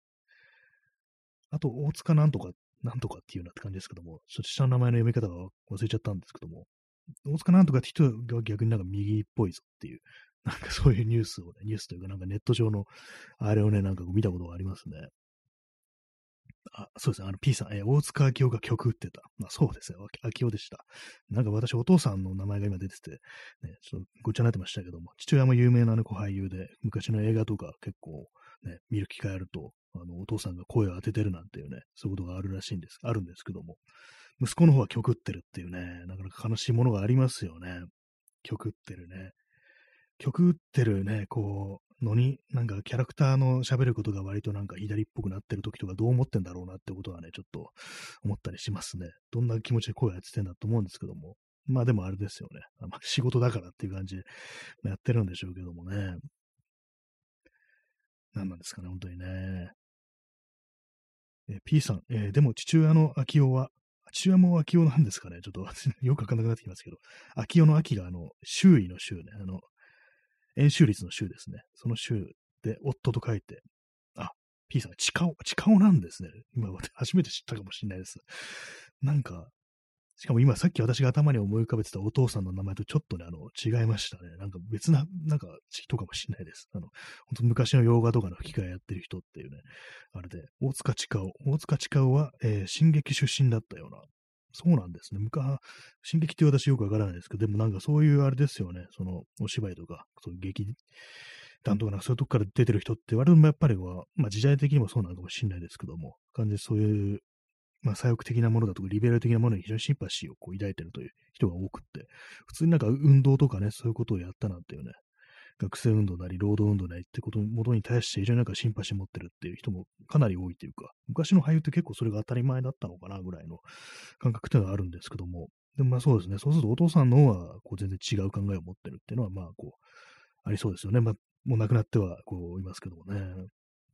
S1: あと、大塚なんとかっていうような感じですけども、ちょっと下の名前の読み方は忘れちゃったんですけども、大塚なんとかって人が逆になんか右っぽいぞっていう、なんかそういうニュースをね、ニュースというかなんかネット上のあれをね、なんかこう見たことがありますね。そうですね。P さん、大塚明夫が曲打ってた。まあ、そうですね。明夫でした。なんか私、お父さんの名前が今出てて、ね、ちょっとごっちゃになってましたけども、父親も有名なね、俳優で、昔の映画とか結構ね、見る機会あると、お父さんが声を当ててるなんていうね、そういうことがあるんですけども、息子の方は曲打ってるっていうね、なかなか悲しいものがありますよね。曲打ってるね。曲打ってるね、こう、のに、なんかキャラクターの喋ることが割となんか左っぽくなってる時とかどう思ってんだろうなってことはね、ちょっと思ったりしますね。どんな気持ちで声をやっててんだと思うんですけども。まあでもあれですよね。仕事だからっていう感じでやってるんでしょうけどもね。なんなんですかね、本当にね。P さん、でも父親の内山昭夫なんですかね。ちょっとよくわかんなくなってきますけど、昭夫の秋が周囲の周ね、円周率の周ですね。その周で、夫と書いて、あ、P さん、近尾なんですね。今、初めて知ったかもしれないです。なんか、しかも今さっき私が頭に思い浮かべてたお父さんの名前とちょっとね、違いましたね。なんか別な、なんか人かもしれないです。本当昔の洋画とかの吹き替えやってる人っていうね、あれで、大塚千佳夫は、進撃出身だったような。そうなんですね。進撃って私よくわからないですけど、でもなんかそういうあれですよね。その、お芝居とか、そういう劇団とかなんかそういうとこから出てる人って割とやっぱりは、まあ時代的にもそうなのかもしれないですけども、感じでそういうまあ、左翼的なものだとか、リベラル的なものに非常にシンパシーをこう抱いているという人が多くって、普通になんか運動とかね、そういうことをやったなんていうね、学生運動なり、労働運動なりってことものに対して非常になんかシンパシー持ってるっていう人もかなり多いというか、昔の俳優って結構それが当たり前だったのかなぐらいの感覚っていうのはあるんですけども、でもまあそうですね、そうするとお父さんの方はこう全然違う考えを持ってるっていうのは、まあこう、ありそうですよね。まあ、もう亡くなってはこういますけどもね。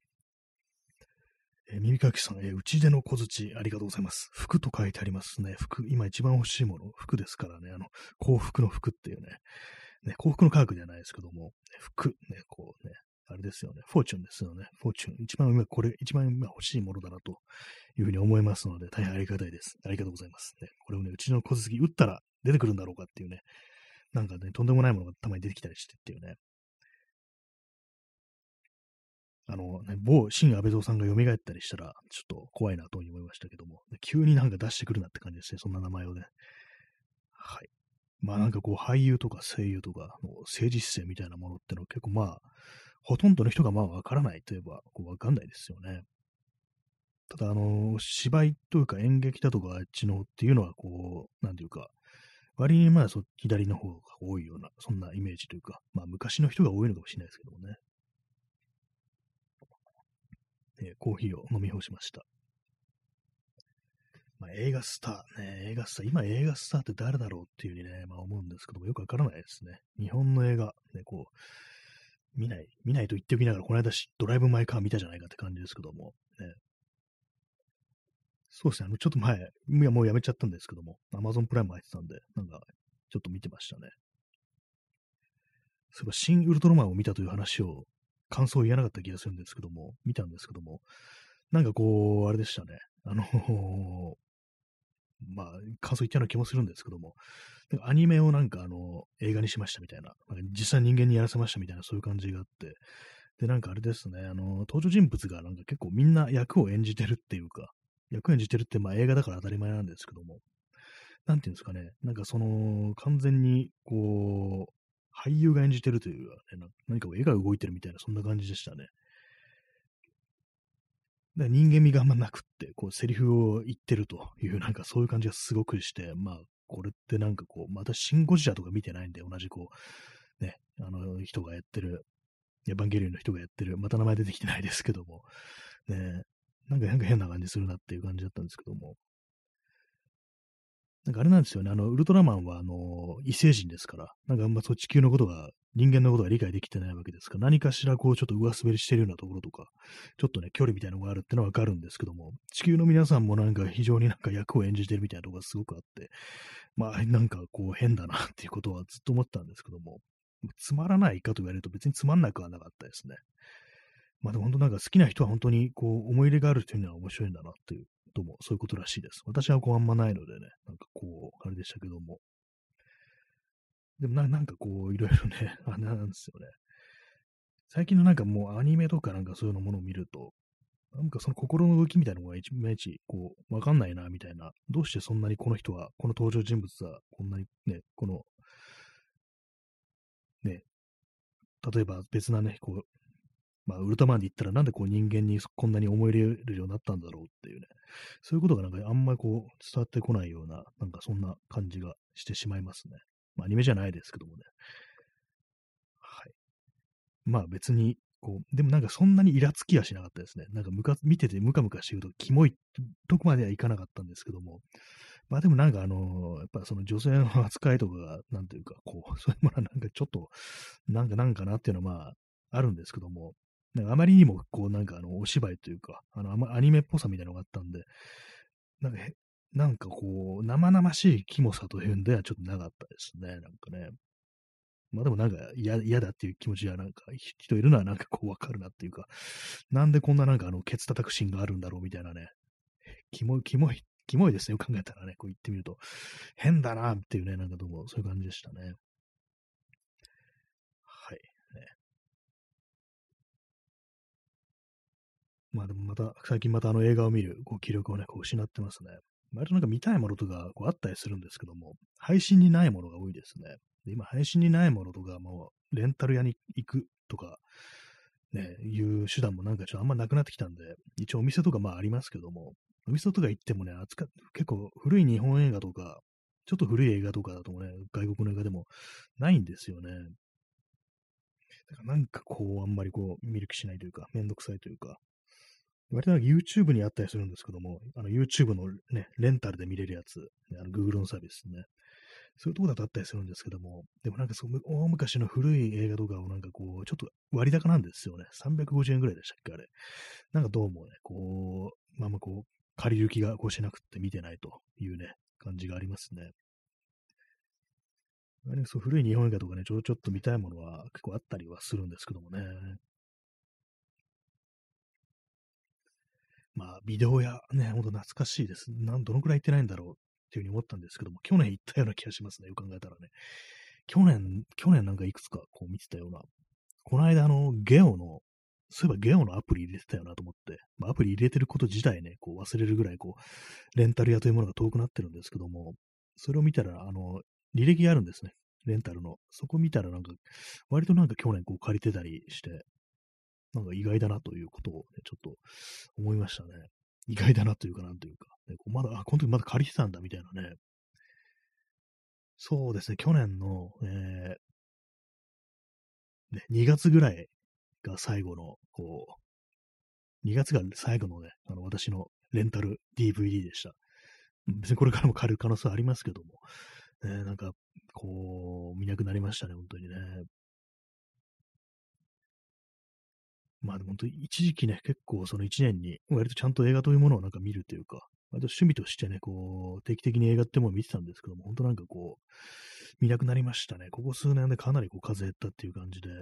S1: 耳かきさん、うちでの小槌、ありがとうございます。服と書いてありますね。服、今一番欲しいもの、服ですからね。幸福の服っていうね。幸福の科学ではないですけども、服、ね、こうね、あれですよね。フォーチュンですよね。フォーチュン。一番今欲しいものだなというふうに思いますので、大変ありがたいです。ありがとうございます。ね、これをね、うちの小槌打ったら出てくるんだろうかっていうね。なんかね、とんでもないものがたまに出てきたりしてっていうね。某新安倍蔵さんが蘇ったりしたら、ちょっと怖いなと思いましたけども、急になんか出してくるなって感じですね、そんな名前をね。はい。まあなんかこう俳優とか声優とかの政治姿勢みたいなものってのは結構まあ、ほとんどの人がまあわからないといえばわかんないですよね。ただ芝居というか演劇だとかあっちの方っていうのはこう、なんていうか、割にまあ左の方が多いような、そんなイメージというか、まあ昔の人が多いのかもしれないですけどもね。コーヒーを飲み干しました。まあ、映画スター、ね、映画スター、今映画スターって誰だろうっていうふうにね、まあ思うんですけども、よくわからないですね。日本の映画、ね、こう、見ないと言っておきながら、この間ドライブ・マイ・カー見たじゃないかって感じですけども、ね、そうですね、ちょっと前、もうやめちゃったんですけども、アマゾンプライム入ってたんで、なんか、ちょっと見てましたね。そういえば、新ウルトラマンを見たという話を、感想を言えなかった気がするんですけども、見たんですけども、なんかこう、あれでしたね。まあ、感想言ったような気もするんですけども、なんかアニメをなんか映画にしましたみたいな、なんか実際人間にやらせましたみたいな、そういう感じがあって、で、なんかあれですね、登場人物がなんか結構みんな役を演じてるっていうか、役を演じてるってまあ映画だから当たり前なんですけども、なんていうんですかね、なんかその、完全にこう、俳優が演じてるというか、ね、何か絵が動いてるみたいな、そんな感じでしたね。で人間味があんまなくって、こう、セリフを言ってるという、なんかそういう感じがすごくして、まあ、これってなんかこう、またシン・ゴジラとか見てないんで、同じこう、ね、人がやってる、エヴァンゲリオンの人がやってる、また名前出てきてないですけども、ね、なんか変な感じするなっていう感じだったんですけども、なんかあれなんですよね。ウルトラマンは、異星人ですから、なんかあんまそう地球のことが、人間のことが理解できてないわけですから、何かしらこう、ちょっと上滑りしてるようなところとか、ちょっとね、距離みたいなのがあるってのはわかるんですけども、地球の皆さんもなんか非常になんか役を演じてるみたいなところがすごくあって、まあ、なんかこう変だなっていうことはずっと思ってたんですけども、つまらないかと言われると別につまんなくはなかったですね。まあでも本当なんか好きな人は本当にこう思い入れがあるというのは面白いんだなっていうこともそういうことらしいです。私はこうあんまないのでね、なんかこう、あれでしたけども。でもなんかこう、いろいろね、あれなんですよね。最近のなんかもうアニメとかなんかそういうのものを見ると、なんかその心の動きみたいなのがいまいちこう、わかんないな、みたいな。どうしてそんなにこの人は、この登場人物は、こんなにね、この、ね、例えば別なね、こう、まあ、ウルトラマンで言ったらなんでこう人間にこんなに思い入れるようになったんだろうっていうね、そういうことがなんかあんまりこう伝わってこないような、なんかそんな感じがしてしまいますね。まあ、アニメじゃないですけどもね。はい。まあ別に、こう、でもなんかそんなにイラつきはしなかったですね。なんか見ててムカムカしてるとキモいとこまではいかなかったんですけども、まあでもなんかやっぱその女性の扱いとかが、なんていうか、こう、そういうものはなんかちょっと、なんかなっていうのはまあ、あるんですけども、なんかあまりにも、こう、なんかお芝居というか、アニメっぽさみたいなのがあったんで、なんかなんかこう、生々しいキモさというんではちょっとなかったですね。なんかね。まあでもなんか嫌だっていう気持ちはなんか人いるのはなんかこうわかるなっていうか、なんでこんななんかケツ叩くシーンがあるんだろうみたいなね、キモいですね。よく考えたらね、こう言ってみると。変だなっていうね、なんかどうもそういう感じでしたね。はい。ね、まあでも最近また映画を見るこう気力をね、こう失ってますね。割となんか見たいものとかこうあったりするんですけども、配信にないものが多いですね。で今、配信にないものとか、もうレンタル屋に行くとか、ね、いう手段もなんかちょっとあんまなくなってきたんで、一応お店とかまあありますけども、お店とか行ってもね、結構古い日本映画とか、ちょっと古い映画とかだとね、外国の映画でもないんですよね。だからなんかこう、あんまりこう、見る気しないというか、めんどくさいというか、割となんか YouTube にあったりするんですけども、YouTube のね、レンタルで見れるやつ、ね、Google のサービスね。そういうとこだとあったりするんですけども、でもなんか大昔の古い映画とかをなんかこう、ちょっと割高なんですよね。350円ぐらいでしたっけ、あれ。なんかどうもね、こう、まあまあこう、借りる気がこうしなくって見てないというね、感じがありますね。そう古い日本映画とかね、ちょっと見たいものは結構あったりはするんですけどもね。まあ、ビデオ屋ね、ほんと懐かしいです。どのくらい行ってないんだろうっていうふうに思ったんですけども、去年行ったような気がしますね、よく考えたらね。去年なんかいくつかこう見てたような。この間ゲオの、そういえばゲオのアプリ入れてたよなと思って、まあ、アプリ入れてること自体ね、こう忘れるぐらいこう、レンタル屋というものが遠くなってるんですけども、それを見たら、履歴があるんですね。レンタルの。そこ見たらなんか、割となんか去年こう借りてたりして、なんか意外だなということをね、ちょっと思いましたね。意外だなというか、なんというか、ね、こうまだ、この時まだ借りてたんだみたいなね。そうですね、去年の、2月ぐらいが最後の、こう、2月が最後のね、私のレンタル DVD でした。別にこれからも借りる可能性はありますけども、なんか、こう、見なくなりましたね、本当にね。まあでも本当に一時期ね、結構その1年に割とちゃんと映画というものをなんか見るというか、割と趣味としてね、こう、定期的に映画ってものを見てたんですけども、本当なんかこう、見なくなりましたね。ここ数年でかなりこう数減ったっていう感じで、やっ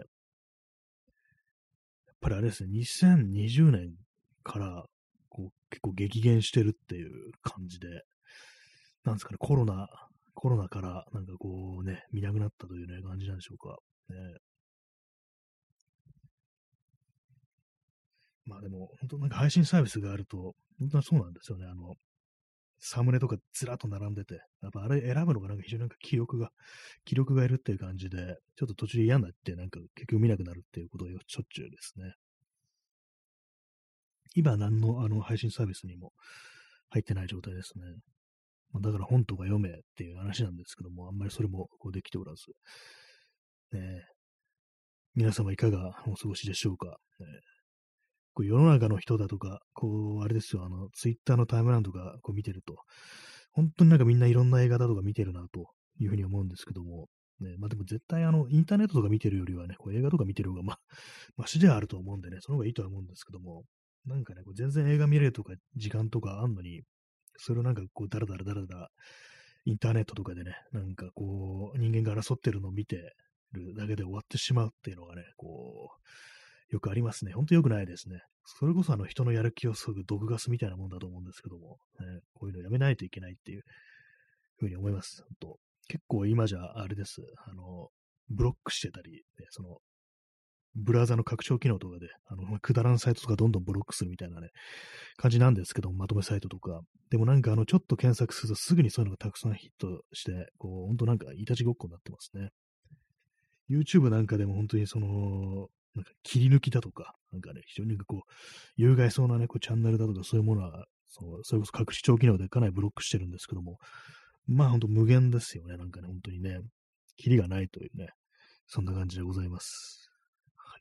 S1: ぱりあれですね、2020年からこう結構激減してるっていう感じで、なんですかね、コロナからなんかこうね、見なくなったというね、感じなんでしょうか。ね、まあでも、本当なんか配信サービスがあると、本当はそうなんですよね。サムネとかずらっと並んでて、やっぱあれ選ぶのがなんか非常になんか気力がいるっていう感じで、ちょっと途中で嫌になって、なんか結局見なくなるっていうことがしょっちゅうですね。今何の配信サービスにも入ってない状態ですね。まあ、だから本とか読めっていう話なんですけども、あんまりそれもこうできておらず、ね、皆様いかがお過ごしでしょうか。こう世の中の人だとか、こう、あれですよ、ツイッターのタイムラインとかこう見てると、本当になんかみんないろんな映画だとか見てるなというふうに思うんですけども、ね、まあでも絶対インターネットとか見てるよりはね、こう映画とか見てる方がマシではあると思うんでね、その方がいいとは思うんですけども、なんかね、こう全然映画見れるとか時間とかあんのに、それをなんかこうダラダラインターネットとかでね、なんかこう人間が争ってるのを見てるだけで終わってしまうっていうのがね、こう、よくありますね。ほんと良くないですね。それこそ人のやる気をそぐ毒ガスみたいなもんだと思うんですけども、ね、こういうのやめないといけないっていうふうに思います。本当結構今じゃあれです。ブロックしてたり、ね、ブラウザの拡張機能とかで、くだらんサイトとかどんどんブロックするみたいなね、感じなんですけども、まとめサイトとか。でもなんかちょっと検索するとすぐにそういうのがたくさんヒットして、こう、ほんとなんかいたちごっこになってますね。YouTube なんかでも本当になんか切り抜きだとか、なんかね、非常にこう、有害そうなね、こうチャンネルだとかそういうものは、それこそ拡張機能でかなりブロックしてるんですけども、まあほんと無限ですよね、なんかね、本当にね、キリがないというね、そんな感じでございます。はい。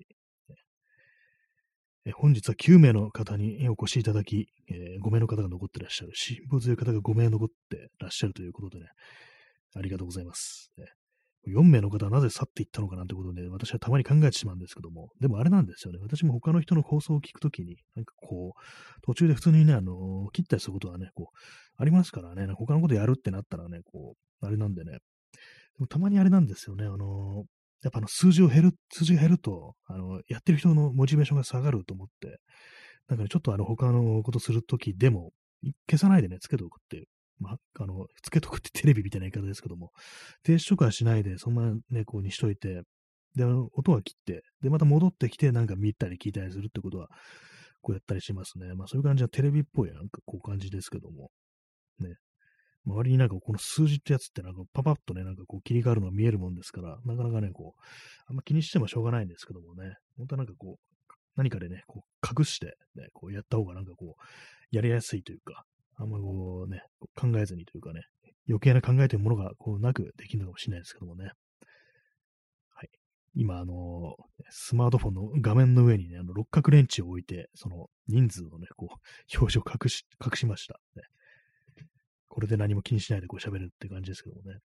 S1: 本日は9名の方にお越しいただき、5名の方が残ってらっしゃる。辛抱強い方が5名残ってらっしゃるということでね、ありがとうございます。 4名の方はなぜ去っていったのかなんてことで、私はたまに考えてしまうんですけども、でもあれなんですよね。私も他の人の放送を聞くときに、なんかこう、途中で普通にね、切ったりすることはね、こう、ありますからね、なんか他のことやるってなったらね、こう、あれなんでね、でもたまにあれなんですよね、やっぱ数字が減ると、やってる人のモチベーションが下がると思って、なんかね、ちょっと他のことするときでも、消さないでね、つけておくっていう。まあ、つけとくってテレビみたいな言い方ですけども、停止とかはしないで、そんなね、こうにしといて、で、音は切って、で、また戻ってきて、なんか見たり聞いたりするってことは、こうやったりしますね。まあ、そういう感じはテレビっぽい、なんかこう感じですけども、ね。周りになんかこの数字ってやつってなんかパパッとね、なんかこう切り替わるのが見えるもんですから、なかなかね、こう、あんま気にしてもしょうがないんですけどもね、本当はなんかこう、何かでね、こう隠して、ね、こうやった方がなんかこう、やりやすいというか、あんまこうね、考えずにというかね、余計な考えてるものがこうなくできるのかもしれないですけどもね。はい。今、スマートフォンの画面の上にね、六角レンチを置いて、その人数のね、こう、表示を隠しました。ね。これで何も気にしないでこう喋るって感じですけどもね。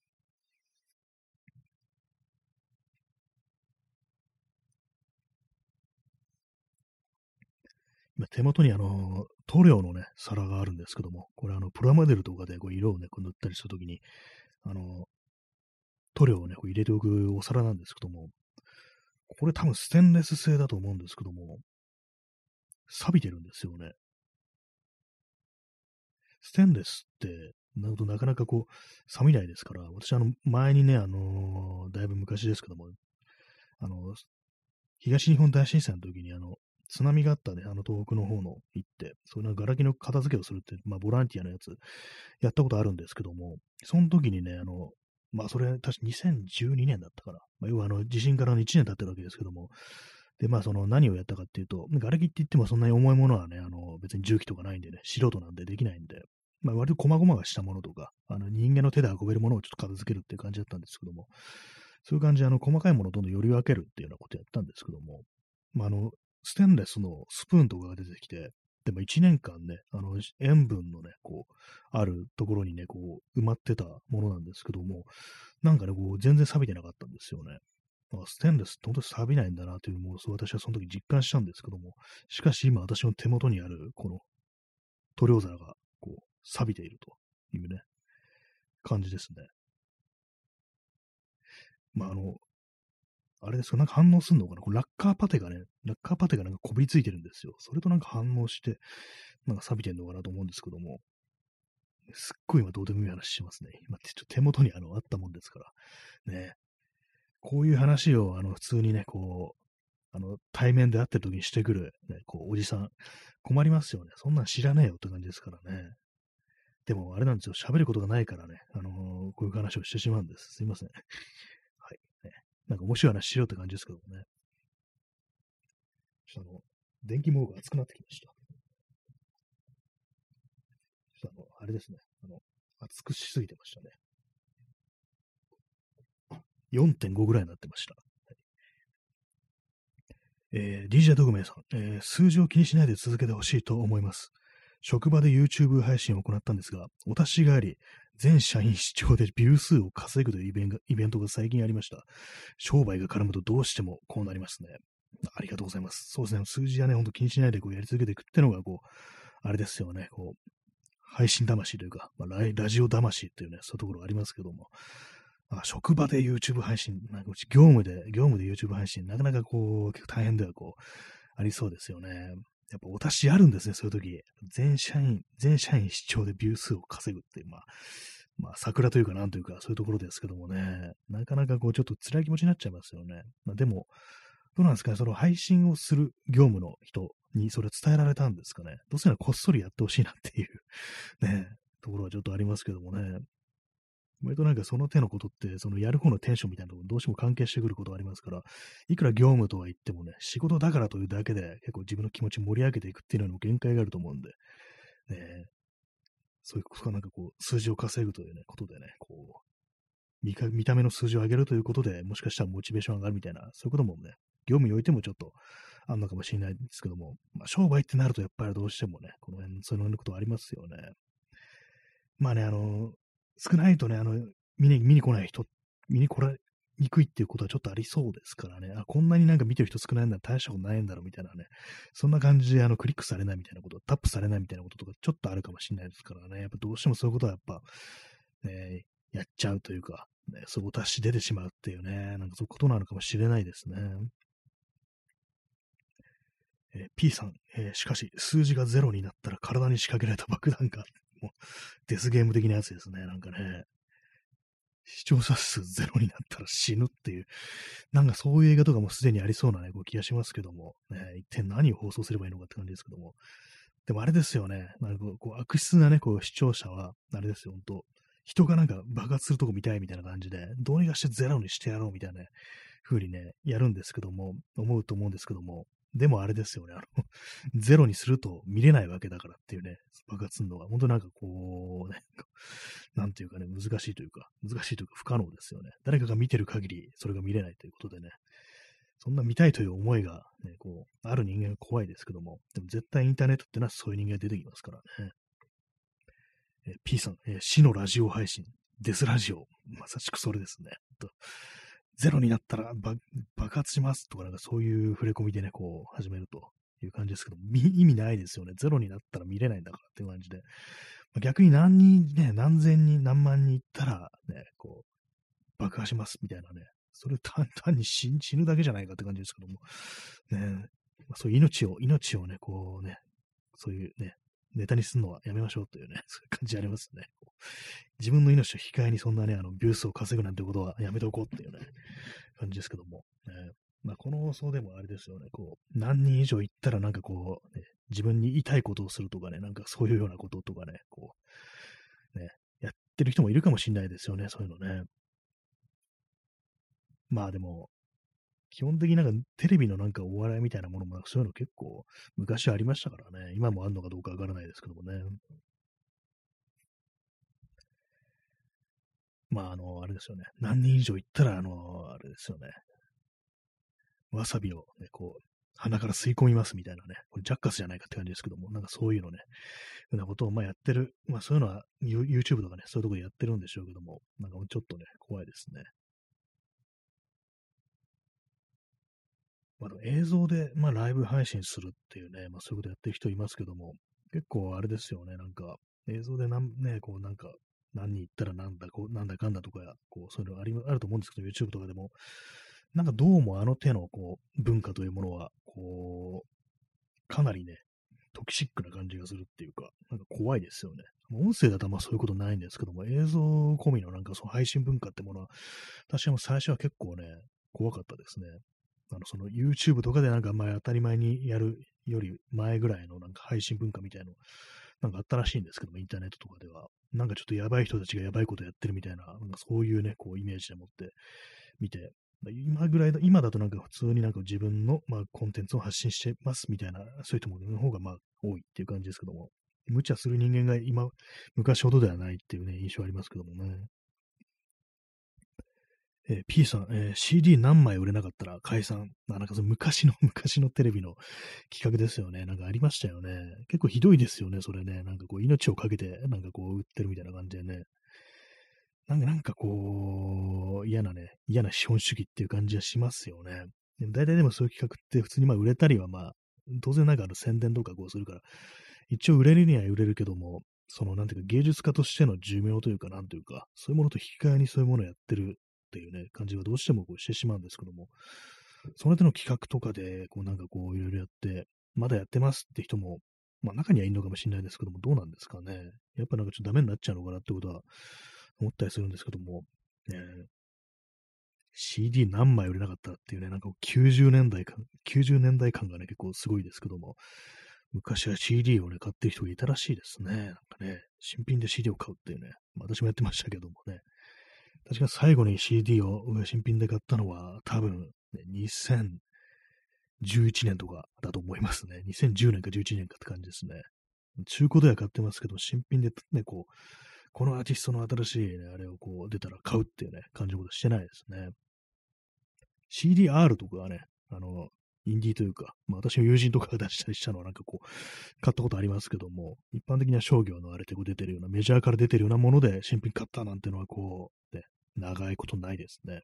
S1: 今手元に塗料のね、皿があるんですけども、これプラモデルとかでこう色をね、こう塗ったりするときに、あの、塗料をね、こう入れておくお皿なんですけども、これ多分ステンレス製だと思うんですけども、錆びてるんですよね。ステンレスって、なかなかこう、錆びないですから、私前にね、だいぶ昔ですけども、あの、東日本大震災の時に津波があったね、東北の方の行って、そういうガラケーの片付けをするって、まあ、ボランティアのやつ、やったことあるんですけども、その時にね、まあ、それ、確か2012年だったかな。まあ、要は、地震からの1年経ってるわけですけども、で、まあ、何をやったかっていうと、ガレキって言ってもそんなに重いものはね、別に重機とかないんでね、素人なんでできないんで、まあ、割と細々がしたものとか、人間の手で運べるものをちょっと片付けるっていう感じだったんですけども、そういう感じで、細かいものをどんどんより分けるっていうようなことやったんですけども、まあ、ステンレスのスプーンとかが出てきて、でも1年間ね、塩分のね、こう、あるところにね、こう、埋まってたものなんですけども、なんかね、こう、全然錆びてなかったんですよね。ステンレスって本当に錆びないんだなというのも、そう私はその時実感したんですけども、しかし今私の手元にあるこの塗料皿がこう錆びているというね、感じですね。まああれですか、なんか反応するのかなこうラッカーパテがなんかこびりついてるんですよ。それとなんか反応して、なんか錆びてるのかなと思うんですけども、すっごい今どうでもいい話しますね。今ちょっと手元にあったもんですから。ね。こういう話を普通にね、こう、対面で会ってる時にしてくる、ね、こう、おじさん、困りますよね。そんなん知らねえよって感じですからね。でも、あれなんですよ。喋ることがないからね、こういう話をしてしまうんです。すいません。はい。ね、なんか面白い話しようって感じですけどもね。ちょっと電気毛布が熱くなってきました。ちょっとあれですね。熱くしすぎてましたね。4.5ぐらいになってました。DJ 特命さん、数字を気にしないで続けてほしいと思います。職場で YouTube 配信を行ったんですが、お達しがあり、全社員視聴でビュー数を稼ぐというイベントが最近ありました。商売が絡むとどうしてもこうなりますね。ありがとうございます。そうですね。数字はね、ほんと気にしないでこうやり続けていくっていうのが、こう、あれですよね。こう、配信魂というか、まあ、ラジオ魂っていうね、そういうところがありますけども、職場で YouTube 配信、なんかうち業務で YouTube 配信、なかなかこう、結構大変ではこう、ありそうですよね。やっぱお達しあるんですね、そういう時。全社員視聴でビュー数を稼ぐっていう、まあ、桜というかなんというか、そういうところですけどもね、なかなかこう、ちょっと辛い気持ちになっちゃいますよね。まあ、でも、どうなんですかね、その配信をする業務の人にそれ伝えられたんですかね。どうせならこっそりやってほしいなっていうね、ところはちょっとありますけどもね。割となんかその手のことって、そのやる方のテンションみたいなところどうしても関係してくることがありますから、いくら業務とは言ってもね、仕事だからというだけで結構自分の気持ち盛り上げていくっていうのにも限界があると思うんで、ね、そういうことなんかこう、数字を稼ぐというね、ことでね、こう、見た目の数字を上げるということで、もしかしたらモチベーション上がるみたいな、そういうこともね、業務においてもちょっとあんのかもしれないですけども、まあ、商売ってなるとやっぱりどうしてもね、この辺、そういうことありますよね。まあね、少ないとね、見に来ない人見に来られにくいっていうことはちょっとありそうですからね。あ、こんなになんか見てる人少ないんだ、大したことないんだろうみたいなね。そんな感じでクリックされないみたいなこと、タップされないみたいなこととかちょっとあるかもしれないですからね。やっぱどうしてもそういうことはやっぱ、ね、やっちゃうというか、ね、そうお達し出てしまうっていうね、なんかそういうことなのかもしれないですね。P さん、しかし数字がゼロになったら体に仕掛けられた爆弾が、もうデスゲーム的なやつですね。なんかね、視聴者数ゼロになったら死ぬっていう、なんかそういう映画とかもすでにありそうなね、こう気がしますけども、ね、一体何を放送すればいいのかって感じですけども、でもあれですよね、なんかこう悪質なね、こう視聴者は、あれですよ、本当人がなんか爆発するとこ見たいみたいな感じで、どうにかしてゼロにしてやろうみたいなね、風にね、やるんですけども、思うと思うんですけども、でもあれですよね、ゼロにすると見れないわけだからっていうね、爆発するのは、本当なんかこうね、なんていうかね、難しいというか不可能ですよね。誰かが見てる限り、それが見れないということでね、そんな見たいという思いが、ね、こう、ある人間が怖いですけども、でも絶対インターネットってのはそういう人間が出てきますからね。P さん、死のラジオ配信、デスラジオ、まさしくそれですね。ゼロになったら爆発しますとか、なんかそういう触れ込みでね、こう、始めるという感じですけど、意味ないですよね。ゼロになったら見れないんだからっていう感じで。逆に何人ね、何千人、何万人いったら、ね、こう、爆破しますみたいなね。それ単に死ぬだけじゃないかって感じですけども。ね、そういう命をね、こうね、そういうね、ネタにするのはやめましょうというね、そういう感じありますね。自分の命を引き換えにそんなね、ビュースを稼ぐなんてことはやめておこうっていうね、感じですけども。この放送でもあれですよね、こう、何人以上行ったらなんかこう、ね、自分に言いたいことをするとかね、なんかそういうようなこととかね、こう、ね、やってる人もいるかもしれないですよね、そういうのね。まあでも、基本的になんかテレビのなんかお笑いみたいなものもそういうの結構昔ありましたからね。今もあるのかどうかわからないですけどもね。あれですよね。何人以上行ったら、あれですよね。わさびをね、こう、鼻から吸い込みますみたいなね。これジャッカスじゃないかって感じですけども、なんかそういうのね、ふうなことをやってる。そういうのはYouTube とかね、そういうところでやってるんでしょうけども、なんかちょっとね、怖いですね。でも映像で、ライブ配信するっていうね、そういうことやってる人いますけども、結構あれですよね、なんか、映像でね、こうなんか、何人行ったらなんだ、こう、なんだかんだとか、こう、そういうのあると思うんですけど、YouTube とかでも、なんかどうもあの手の、こう、文化というものは、こう、かなりね、トキシックな感じがするっていうか、なんか怖いですよね。音声だとそういうことないんですけども、映像込みのなんかその配信文化ってものは、私はもう最初は結構ね、怖かったですね。その YouTube とかでなんか当たり前にやるより前ぐらいのなんか配信文化みたいの、なんかあったらしいんですけども、インターネットとかでは。なんかちょっとやばい人たちがやばいことやってるみたいな、なんかそういうね、こうイメージでもって見て、今だとなんか普通になんか自分の、コンテンツを発信してますみたいな、そういう人もの方が多いっていう感じですけども、無茶する人間が昔ほどではないっていうね、印象ありますけどもね。P さん、CD 何枚売れなかったら解散。なんかその昔のテレビの企画ですよね。なんかありましたよね。結構ひどいですよね、それね。なんかこう、命をかけて、なんかこう、売ってるみたいな感じでね。なんかこう、嫌な資本主義っていう感じはしますよね。大体でもそういう企画って普通に売れたりは当然なんか宣伝とかこうするから、一応売れるには売れるけども、そのなんていうか芸術家としての寿命というか、なんというか、そういうものと引き換えにそういうものをやってるっていうね、感じがどうしてもこうしてしまうんですけども、その手の企画とかで、こうなんかこういろいろやって、まだやってますって人も、中にはいるのかもしれないですけども、どうなんですかね。やっぱなんかちょっとダメになっちゃうのかなってことは思ったりするんですけども、ね、CD 何枚売れなかったっていうね、なんか90年代感がね、結構すごいですけども、昔は CD をね、買ってる人がいたらしいですね。なんかね、新品で CD を買うっていうね、私もやってましたけどもね、確か最後に CD を新品で買ったのは多分、ね、2011年とかだと思いますね。2010年か11年かって感じですね。中古では買ってますけど、新品でね、こう、このアーティストの新しいね、あれをこう出たら買うっていうね、感じのことしてないですね。CDR とかはね、インディーというか、私の友人とかが出したりしたのはなんかこう、買ったことありますけども、一般的な商業のあれでこう出てるような、メジャーから出てるようなもので新品買ったなんてのはこう、ね、 長いことないですね。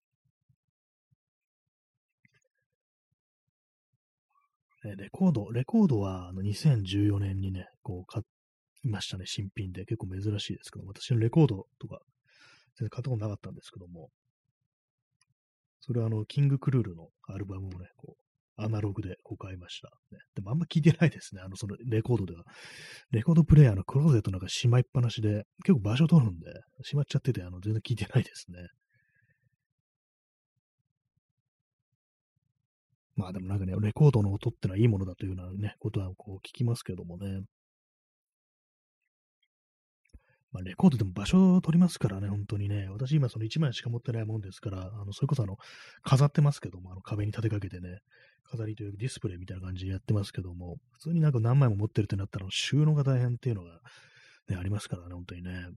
S1: レコードは2014年にね、こう買いましたね、新品で。結構珍しいですけど、私のレコードとか全然買ったことなかったんですけども、それはキングクルールのアルバムをね、こう、アナログでこう買いました、ね。でもあんま聞いてないですね、そのレコードでは。レコードプレイヤーのクローゼットなんかしまいっぱなしで、結構場所取るんで、しまっちゃってて、全然聞いてないですね。まあでもなんかね、レコードの音ってのはいいものだというようなね、ことはこう聞きますけどもね。まあ、レコードでも場所を取りますからね、本当にね。私今その1枚しか持ってないもんですから、それこそ飾ってますけども、壁に立てかけてね、飾りというディスプレイみたいな感じでやってますけども、普通になんか何枚も持ってるってなったら、収納が大変っていうのがね、ありますからね、本当にね。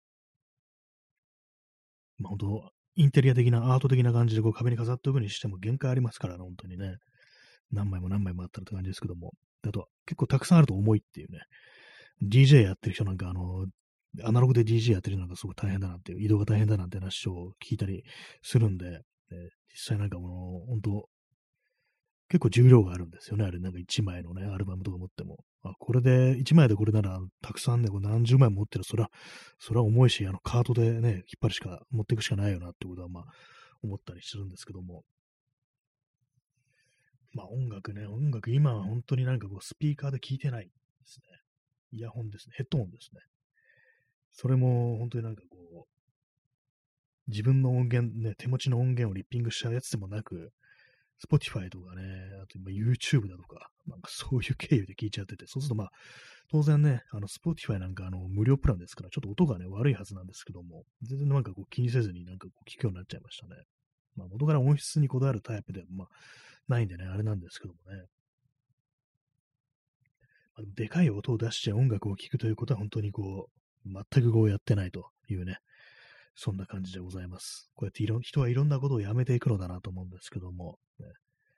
S1: まあ本当、インテリア的な、アート的な感じでこう壁に飾っておくにしても限界ありますからね、本当にね。何枚も何枚もあったらって感じですけども。あと、結構たくさんあると重いっていうね。DJ やってる人なんか、アナログで DJ やってる人なんかすごい大変だなっていう、移動が大変だなんて話を聞いたりするんで、実際なんかもう、本当結構重量があるんですよね。あれ、なんか1枚のね、アルバムとか持っても。あ、これで、1枚でこれなら、たくさんね、こう何十枚も持ってる、それは重いし、カートでね、引っ張るしか、持っていくしかないよなってことは、まあ、思ったりするんですけども。まあ、音楽、今は本当になんかこう、スピーカーで聞いてないですね。イヤホンですね。ヘッドホンですね。それも、本当になんかこう、自分の音源、ね、手持ちの音源をリッピングしちゃうやつでもなく、Spotify とかね、あと今 YouTube だとか、なんかそういう経由で聞いちゃってて、そうするとまあ、当然ね、Spotify なんか無料プランですから、ちょっと音がね、悪いはずなんですけども、全然なんかこう気にせずになんかこう聞くようになっちゃいましたね。まあ元から音質にこだわるタイプでは、まあ、ないんでね、あれなんですけどもね。まあ、でもでかい音を出して音楽を聴くということは本当にこう、全くこうやってないというね、そんな感じでございます。こうやって人はいろんなことをやめていくのだなと思うんですけども、ね、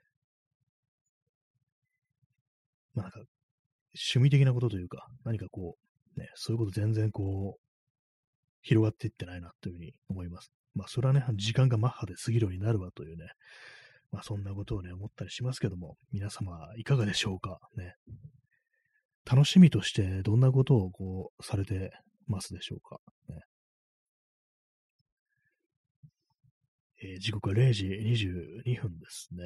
S1: まあなんか趣味的なことというか、何かこう、ね、そういうこと全然こう、広がっていってないなというふうに思います。まあそれはね、時間がマッハで過ぎるようになるわというね、まあそんなことをね、思ったりしますけども、皆様いかがでしょうかね。楽しみとしてどんなことをこう、されてますでしょうかね。時刻は0時22分ですね。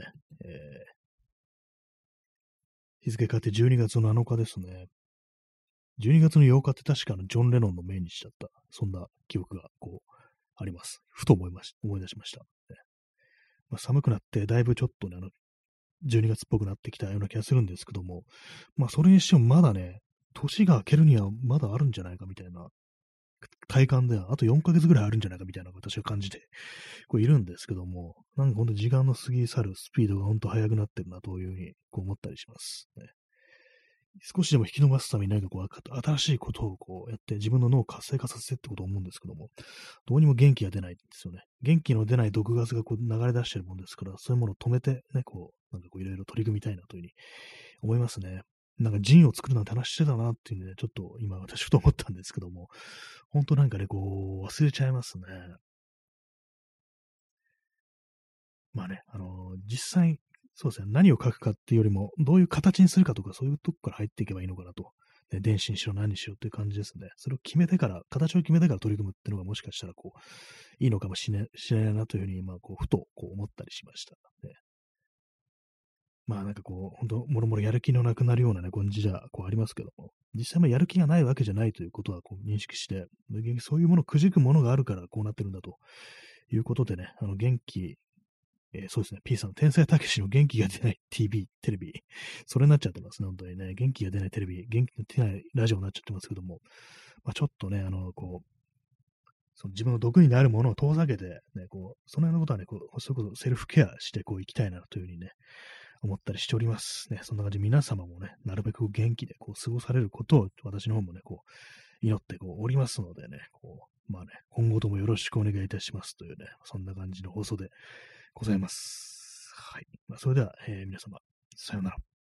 S1: 日付変わって12月の7日ですね。12月の8日って確かジョン・レノンの命日だった。そんな記憶がこう、あります。ふと思い出しました。ね、まあ、寒くなってだいぶちょっとね、12月っぽくなってきたような気がするんですけども、まあそれにしてもまだね、年が明けるにはまだあるんじゃないかみたいな体感では、あと4ヶ月ぐらいあるんじゃないかみたいな私は感じてこういるんですけども、なんかほんと時間の過ぎ去るスピードがほんと速くなってるなというふうにこう思ったりします、ね。少しでも引き伸ばすために何かこう、新しいことをこうやって自分の脳を活性化させてってことを思うんですけども、どうにも元気が出ないんですよね。元気の出ない毒ガスがこう流れ出してるもんですから、そういうものを止めてね、こう、なんかこういろいろ取り組みたいなというふうに思いますね。なんかジンを作るなんて話してたなっていうね、ちょっと今私ふと思ったんですけども、本当なんかね、こう忘れちゃいますね。まあね、実際、そうですね、何を書くかっていうよりも、どういう形にするかとか、そういうとこから入っていけばいいのかなと。ね、電子にしろ何にしろっていう感じですね。それを決めてから、形を決めてから取り組むっていうのがもしかしたら、こう、いいのかもしれないなというふうに、まあ、こう、ふと、こう思ったりしました。ね、まあ、なんかこう、本当もろもろやる気のなくなるようなね、感じじゃ、こうありますけども、実際、まあ、やる気がないわけじゃないということは、こう、認識して、そういうものをくじくものがあるから、こうなってるんだということでね、元気そうですね。P さん、天才たけしの元気が出ない テレビ。それになっちゃってますね、本当にね。元気が出ないテレビ、元気が出ないラジオになっちゃってますけども、まあ、ちょっとね、こう、その自分の毒になるものを遠ざけて、ね、こう、そのようなことはね、こう、それこそセルフケアして、こう、生きたいなというふうにね、思ったりしております。ね、そんな感じで皆様もね、なるべく元気で、こう、過ごされることを、私の方もね、こう、祈って、こう、おりますのでね、こう、まあね、今後ともよろしくお願いいたしますというね、そんな感じの放送でございます。はい。まあ、それでは、皆様、さようなら。